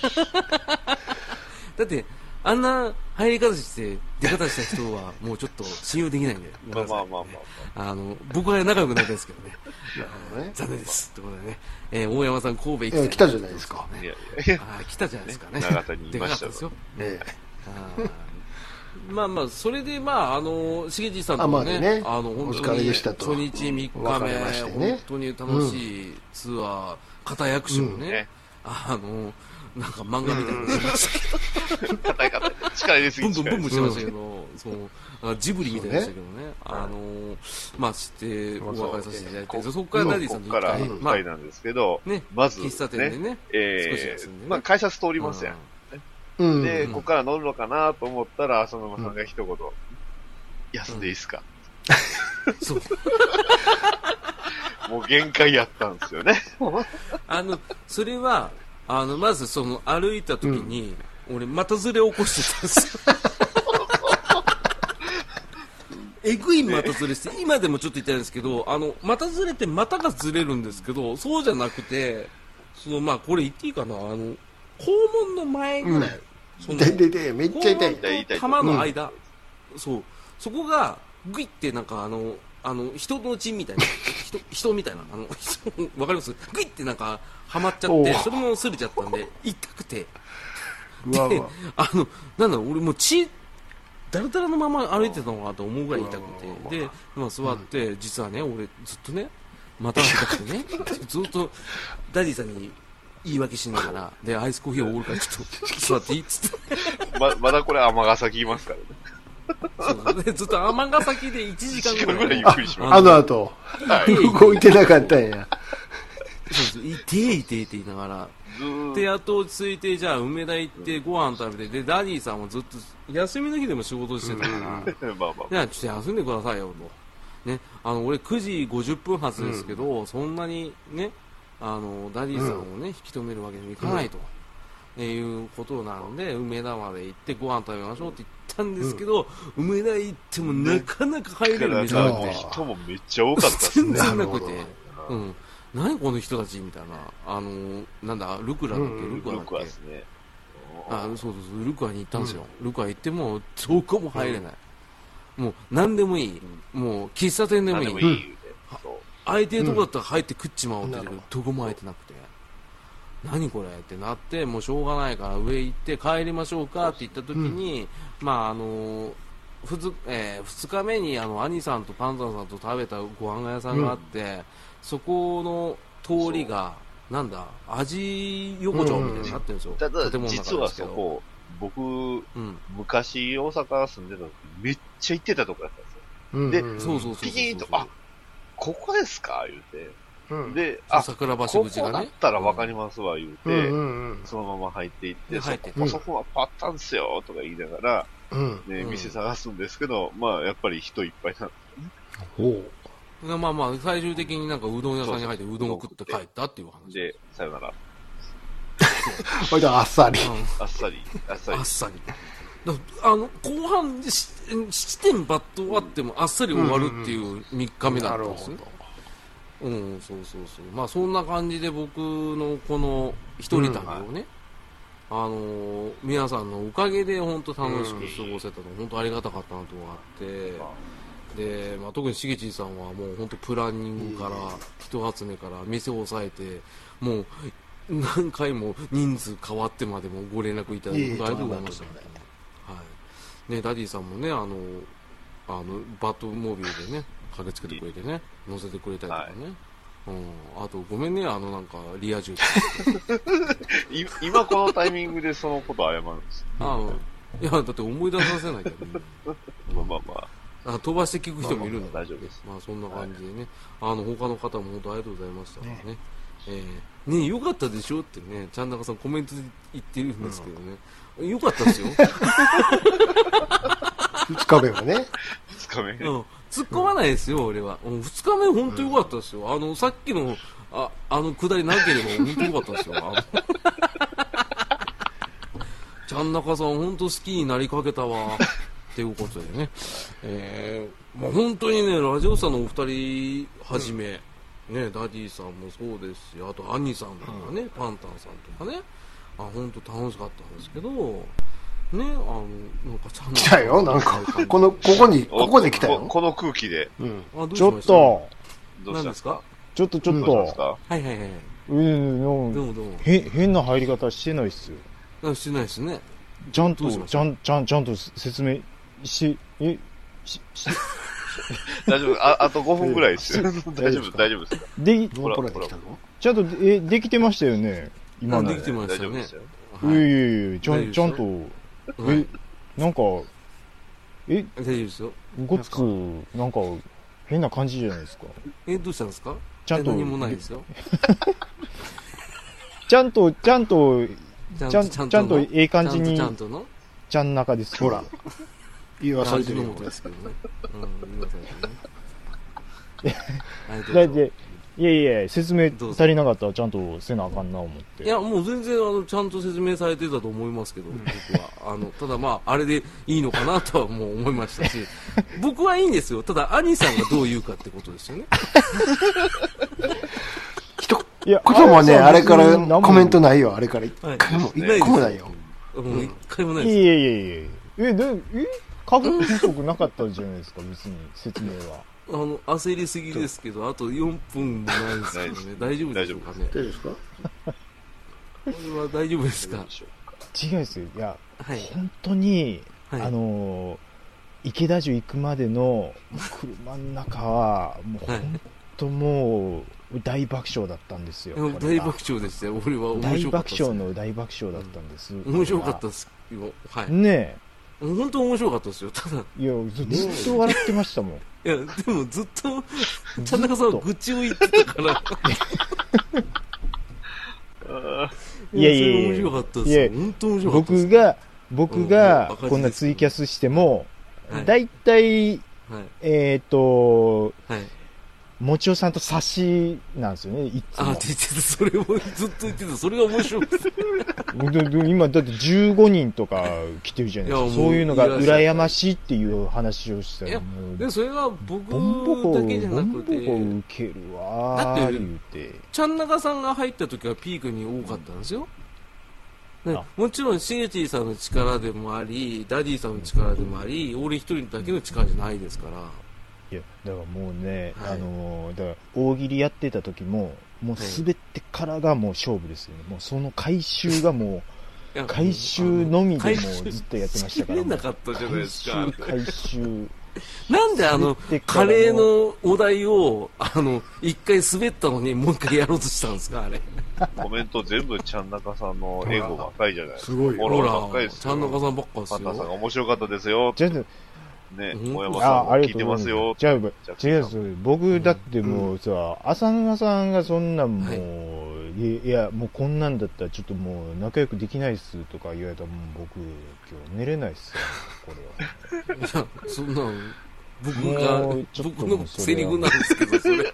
だって、あんな入り方して、出方した人はもうちょっと信用できないんで。 まあまあまあまあ。あの、僕は仲良くなりたいですけどね。 ね、残念です。ということでね、えー、大山さん神戸行きた、 ね、来たじゃないですか。 ね、いやいやあ来たじゃないですかね。 長田にいましたですよ。ねまあまあ、それで、まあ、あの、しげじさんともね、あ、ね、あの、本当に、初日みっかめ、ね、本当に楽しいツアー、片役所をね、うん、あの、なんか漫画みたいなのしましたけど、 硬い硬い、力入れすぎて、ブンブンブンブンしましたけど、そう、ジブリみたいでしたけどね、あの、まあ、して、お別れさせていただいて、そこからダディさんと一回、まあ、なんですけど、 ね、 まず、 喫茶店でね、 えー、少し休んで、まあ、改札通りますやん。うん、で、ここから乗るのかなと思ったら、浅沼さんが一言、うん、休んでいいっすか、 うん、そう。 もう限界やったんですよね。 あの、それは、あの、まずその、歩いた時に、うん、俺、股ずれ起こしてたんですよ。えぐい股ずれして、今でもちょっと言ってるんですけど、あの、股ずれって股がずれるんですけど、そうじゃなくて、その、まあ、これ言っていいかな、あの、肛門の前ぐらい。 痛い痛い痛い、めっちゃ痛い。 肛門と玉の間、うん、そう。そこが、グイってなんかあの、あの、人の血みたいな、人、人みたいな、あの、わかります？グイってなんか、はまっちゃって、それも擦れちゃったんで、痛くて。で、あの、なんだろう、俺もう血、だらだらのまま歩いてたのかなと思うぐらい痛くて。で、まあ座って、うん、実はね、俺ずっとね、また痛くてね、ずっと、ダディさんに、言い訳しながら、で、アイスコーヒーをおごるからちょっと座っていいっつって。 ま、まだこれ尼崎いますからね。そうね、ずっと尼崎でいちじかんぐらい。 ぐらいゆっくりします。 あの後、はい、動いてなかったんや。 そうそう、いていていって言いながら。で、やっと落ち着いて、じゃあ梅田行ってご飯食べて、で、ダディさんもずっと、休みの日でも仕事してたから、まあまあ、じゃあちょっと休んでくださいよ、と。ね、あの、俺くじごじゅっぷん発ですけど、うん、そんなにね、あのダディさんをね、うん、引き止めるわけにもいかないと、うん、いうことなので梅田まで行ってご飯食べましょうって言ったんですけど、うん、梅田行ってもなかなか入れる店なくて、 人もめっちゃ多かったですね。 全然なくて、うん、何この人たちみたいな、あのなんだルクラだっけ、うん、ルクアだっけ、 ですね、 あ、そうそうそう、ルクアに行ったんですよ、うん、ルクア行ってもどこも入れない、うん、もう何でもいい、うん、もう喫茶店でもいい、 何でもいい、 空いてるとこだったら入って食っちまおうって言うけど、どこも空いてなくて、何これってなって、もうしょうがないから上行って帰りましょうかって言った時に、うん、まああのふつ、えー、ふつかめにあの兄さんとパンタンさんと食べたご飯屋さんがあって、うん、そこの通りがなんだ味横丁みたいになってるんですよ、 うんうん、建物の中ですけど。実はそこ僕、うん、昔大阪住んでた時めっちゃ行ってたとこやったんですよ、うんうん、で、そうそうそうそう、ピキーンと、あ、ここですか言うて、うん、で、あ、 桜橋口がね、 ここだったらわかりますわ言うて、うんうんうん、そのまま入っていって、そこ、そこはパッタンっすよとか言いながら、うんね、店探すんですけど、まあやっぱり人いっぱいなんですね。ほう。まあまあ最終的になんかうどん屋さんに入ってうどんを食って帰ったっていう話で、さよなら。 これであっさり、 あっさり、あっさり、 あっさり。あの後半で七点バット終わってもあっさり終わるっていうみっかめだったんですよ。うん、うん、そうそうそう。まあそんな感じで僕のこの一人旅をね、うん、あのー、皆さんのおかげで本当楽しく過ごせたの、うん、本当ありがたかったなと思って、で、まあ、特にしげちさんはもう本当プランニングから人集めから店を抑えてもう何回も人数変わってまでもご連絡いただいて本当ありがとうございました。ね、ダディさんもね、あの、あのバットモービルでね、駆けつけてくれてね、乗せてくれたりとかね。はい、うん、あと、ごめんね、あの、なんか、リア充今このタイミングでそのこと謝るんです、ね、 あいや、だって思い出させないけどね。 まあまあまあ。 あ飛ばして聞く人もいるんだ、 まあまあ、大丈夫です。 まあ、そんな感じでね、はい、あの、他の方も本当ありがとうございましたね。ねえー、ねよかったでしょってね、ちゃんなかさんコメントで言ってるんですけどね。うん、よかったですよ。 二日目はね。 二日目。うん。 突っ込まないですよ、うん、俺は。二日目本当よかったですよ。あの、さっきの、あ、あのくだりなければ本当よかったですよ。ちゃんなかさん本当好きになりかけたわ。っていうことでね。えー、まあ本当にね、ラジオさんのお二人はじめ、うん、ね、ダディさんもそうですし、あとアニさんとかね、うん、パンタンさんとかね、あ、本当楽しかったんですけど、ね、あの、なんかちゃんと。 来たよ、なんか。この、ここに、ここで来たよ。 こ, この空気で。 うん。あ、どうしました？ちょっと。 何ですか？ ちょっとちょっと。 はいはいはい。 うん、どうもどうも。へ、変な入り方してないっすよ。 あ、してないっすね。 ちゃんと、ちゃん、ちゃん、ちゃんと説明し、え、し、し、 大丈夫、あ、あとごふんぐらいですよ。大丈夫、大丈夫ですか？ で、 ほらほら来たの？ ちゃんと、え、できてましたよね。今の。できてましたよね。 いやいやいや、ちゃん、ちゃんと、え、なんか、え、 大丈夫ですよ。 ごっつ、なんか、変な感じじゃないですか。 え、どうしたんですか？ ちゃんと。 何もないですよ。 ちゃんと、ちゃんと、ちゃん、ちゃんと、ええ感じに、 ちゃんとのちゃん中です。 ほら。言わされてるよ。 ですけどね。うん、言わされてね。 だって、いやいや、説明足りなかったらちゃんとせなあかんな思って。 いや、もう全然、あの、ちゃんと説明されてたと思いますけど、僕は。あの、ただまあ、あれでいいのかなとはもう思いましたし、僕はいいんですよ。ただ、兄さんがどう言うかってことですよね。 一言もね、あれからコメントないよ、あれから。一回も、一個もないよ。 もう一回もないです。 いやいやいやえ、で、え過不足なかったじゃないですか、別に、説明は。 あの、焦りすぎですけど、あとよんぷんもないですけどね。大丈夫でしょうかね。 大丈夫ですか？ これは大丈夫ですか？ 違うんですよ。いや、はい、本当に、はい、あの、池田城行くまでの車の中は、もう本当もう、大爆笑だったんですよ。 大爆笑でしたよ。俺は面白かったです。 大爆笑の大爆笑だったんです。 面白かったですよ。はい。 ねえ。 本当面白かったですよ。ただ。いや、ずっと笑ってましたもん。 いや、でもずっと、田中さんは愚痴を言ってたから。 いやいやいや。 面白かったですよ。本当面白かったです。 僕が、僕がこんなツイキャスしても、だいたい、えっと、もちおさんと差しなんですよね、いつも。 あ、って言ってた、それをずっと言ってた、それが面白くて。 今、だってじゅうごにんとか来てるじゃないですか。そういうのが羨ましいっていう話をしたら、 いや、で、それが僕だけじゃなくて。 ボンボコ受けるわー。だって、言うて。 ちゃんなかさんが入った時はピークに多かったんですよ。ね、もちろん、しげちーさんの力でもあり、ダディさんの力でもあり、俺一人だけの力じゃないですから。 いや、だからもうね、はい、あのー、だから大喜利やってた時も、もう滑ってからがもう勝負ですよね。もうその回収がもう、回収のみでもうずっとやってましたから。 なかったじゃないですか。 回収。 なんであの、カレーのお題を、あの、一回滑ったのにもう一回やろうとしたんですか、あれ。 コメント全部ちゃんなかさんのエゴばっかりじゃないですか。 すごいよ。 ほら、ちゃんなかさんばっかですよ。 パンダさんが面白かったですよ。ね、大山さんも聞いてますよ。 じゃあ、違うです。僕、だってもうさ、浅沼さんがそんなんもう、いや、もうこんなんだったらちょっともう仲良くできないっすとか言われたらもう僕、今日寝れないっすよ、これは。 いや、そんな、僕が、僕のセリフなんですけど、それ。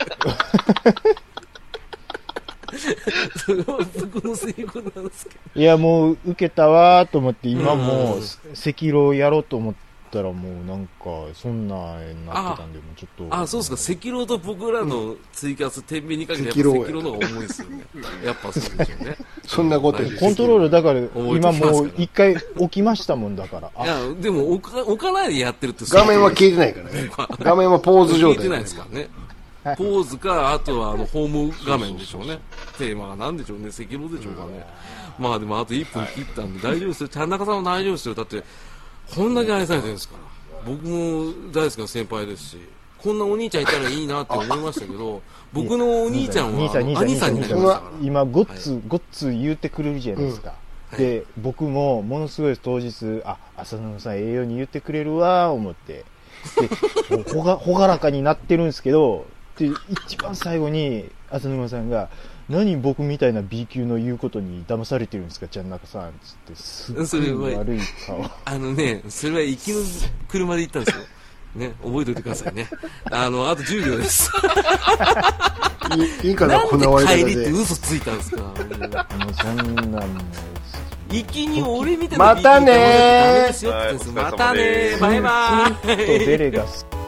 それは僕のセリフなんですけど。 いや、もう受けたわーと思って、今もう、赤狼やろうと思って、たらもうなんかそんなになってたんでもうちょっとああそうですか赤狼と僕らのツイキャス天秤にかけてやっぱ赤狼の方が重いですよねやっぱそうでしょうねそんなことコントロールだから今もう一回起きましたもんだからいやでも置か置かないでやってるって画面は消えてないからね画面はポーズ状態消えてないですからねポーズかあとはあのホーム画面でしょうねテーマが何でしょうね赤狼でしょうかねまあでもあといっぷん切ったんで大丈夫ですよ田中さんも大丈夫ですよだってこんだけ愛されてるんですから僕も大好きな先輩ですしこんなお兄ちゃんいたらいいなって思いましたけど僕のお兄ちゃんは兄さんになりましたから今ごっつごっつ言ってくれるじゃないですか、うん、で、はい、僕もものすごい当日あ浅野さんええように言ってくれるわ思ってでほがほがらかになってるんですけどで一番最後に浅沼さんが何僕みたいな B 級の言うことに騙されてるんですかちゃんなかさんつってすっごい悪い顔あのねそれは行きの車で行ったんですよね覚えておいてくださいねあのあとじゅうびょうですいいいかなこんな終わり方でなんで帰りって嘘ついたんですかもうそんなんもう行きに俺みたいな B 級またねーまたねーバイバーイとデレが好き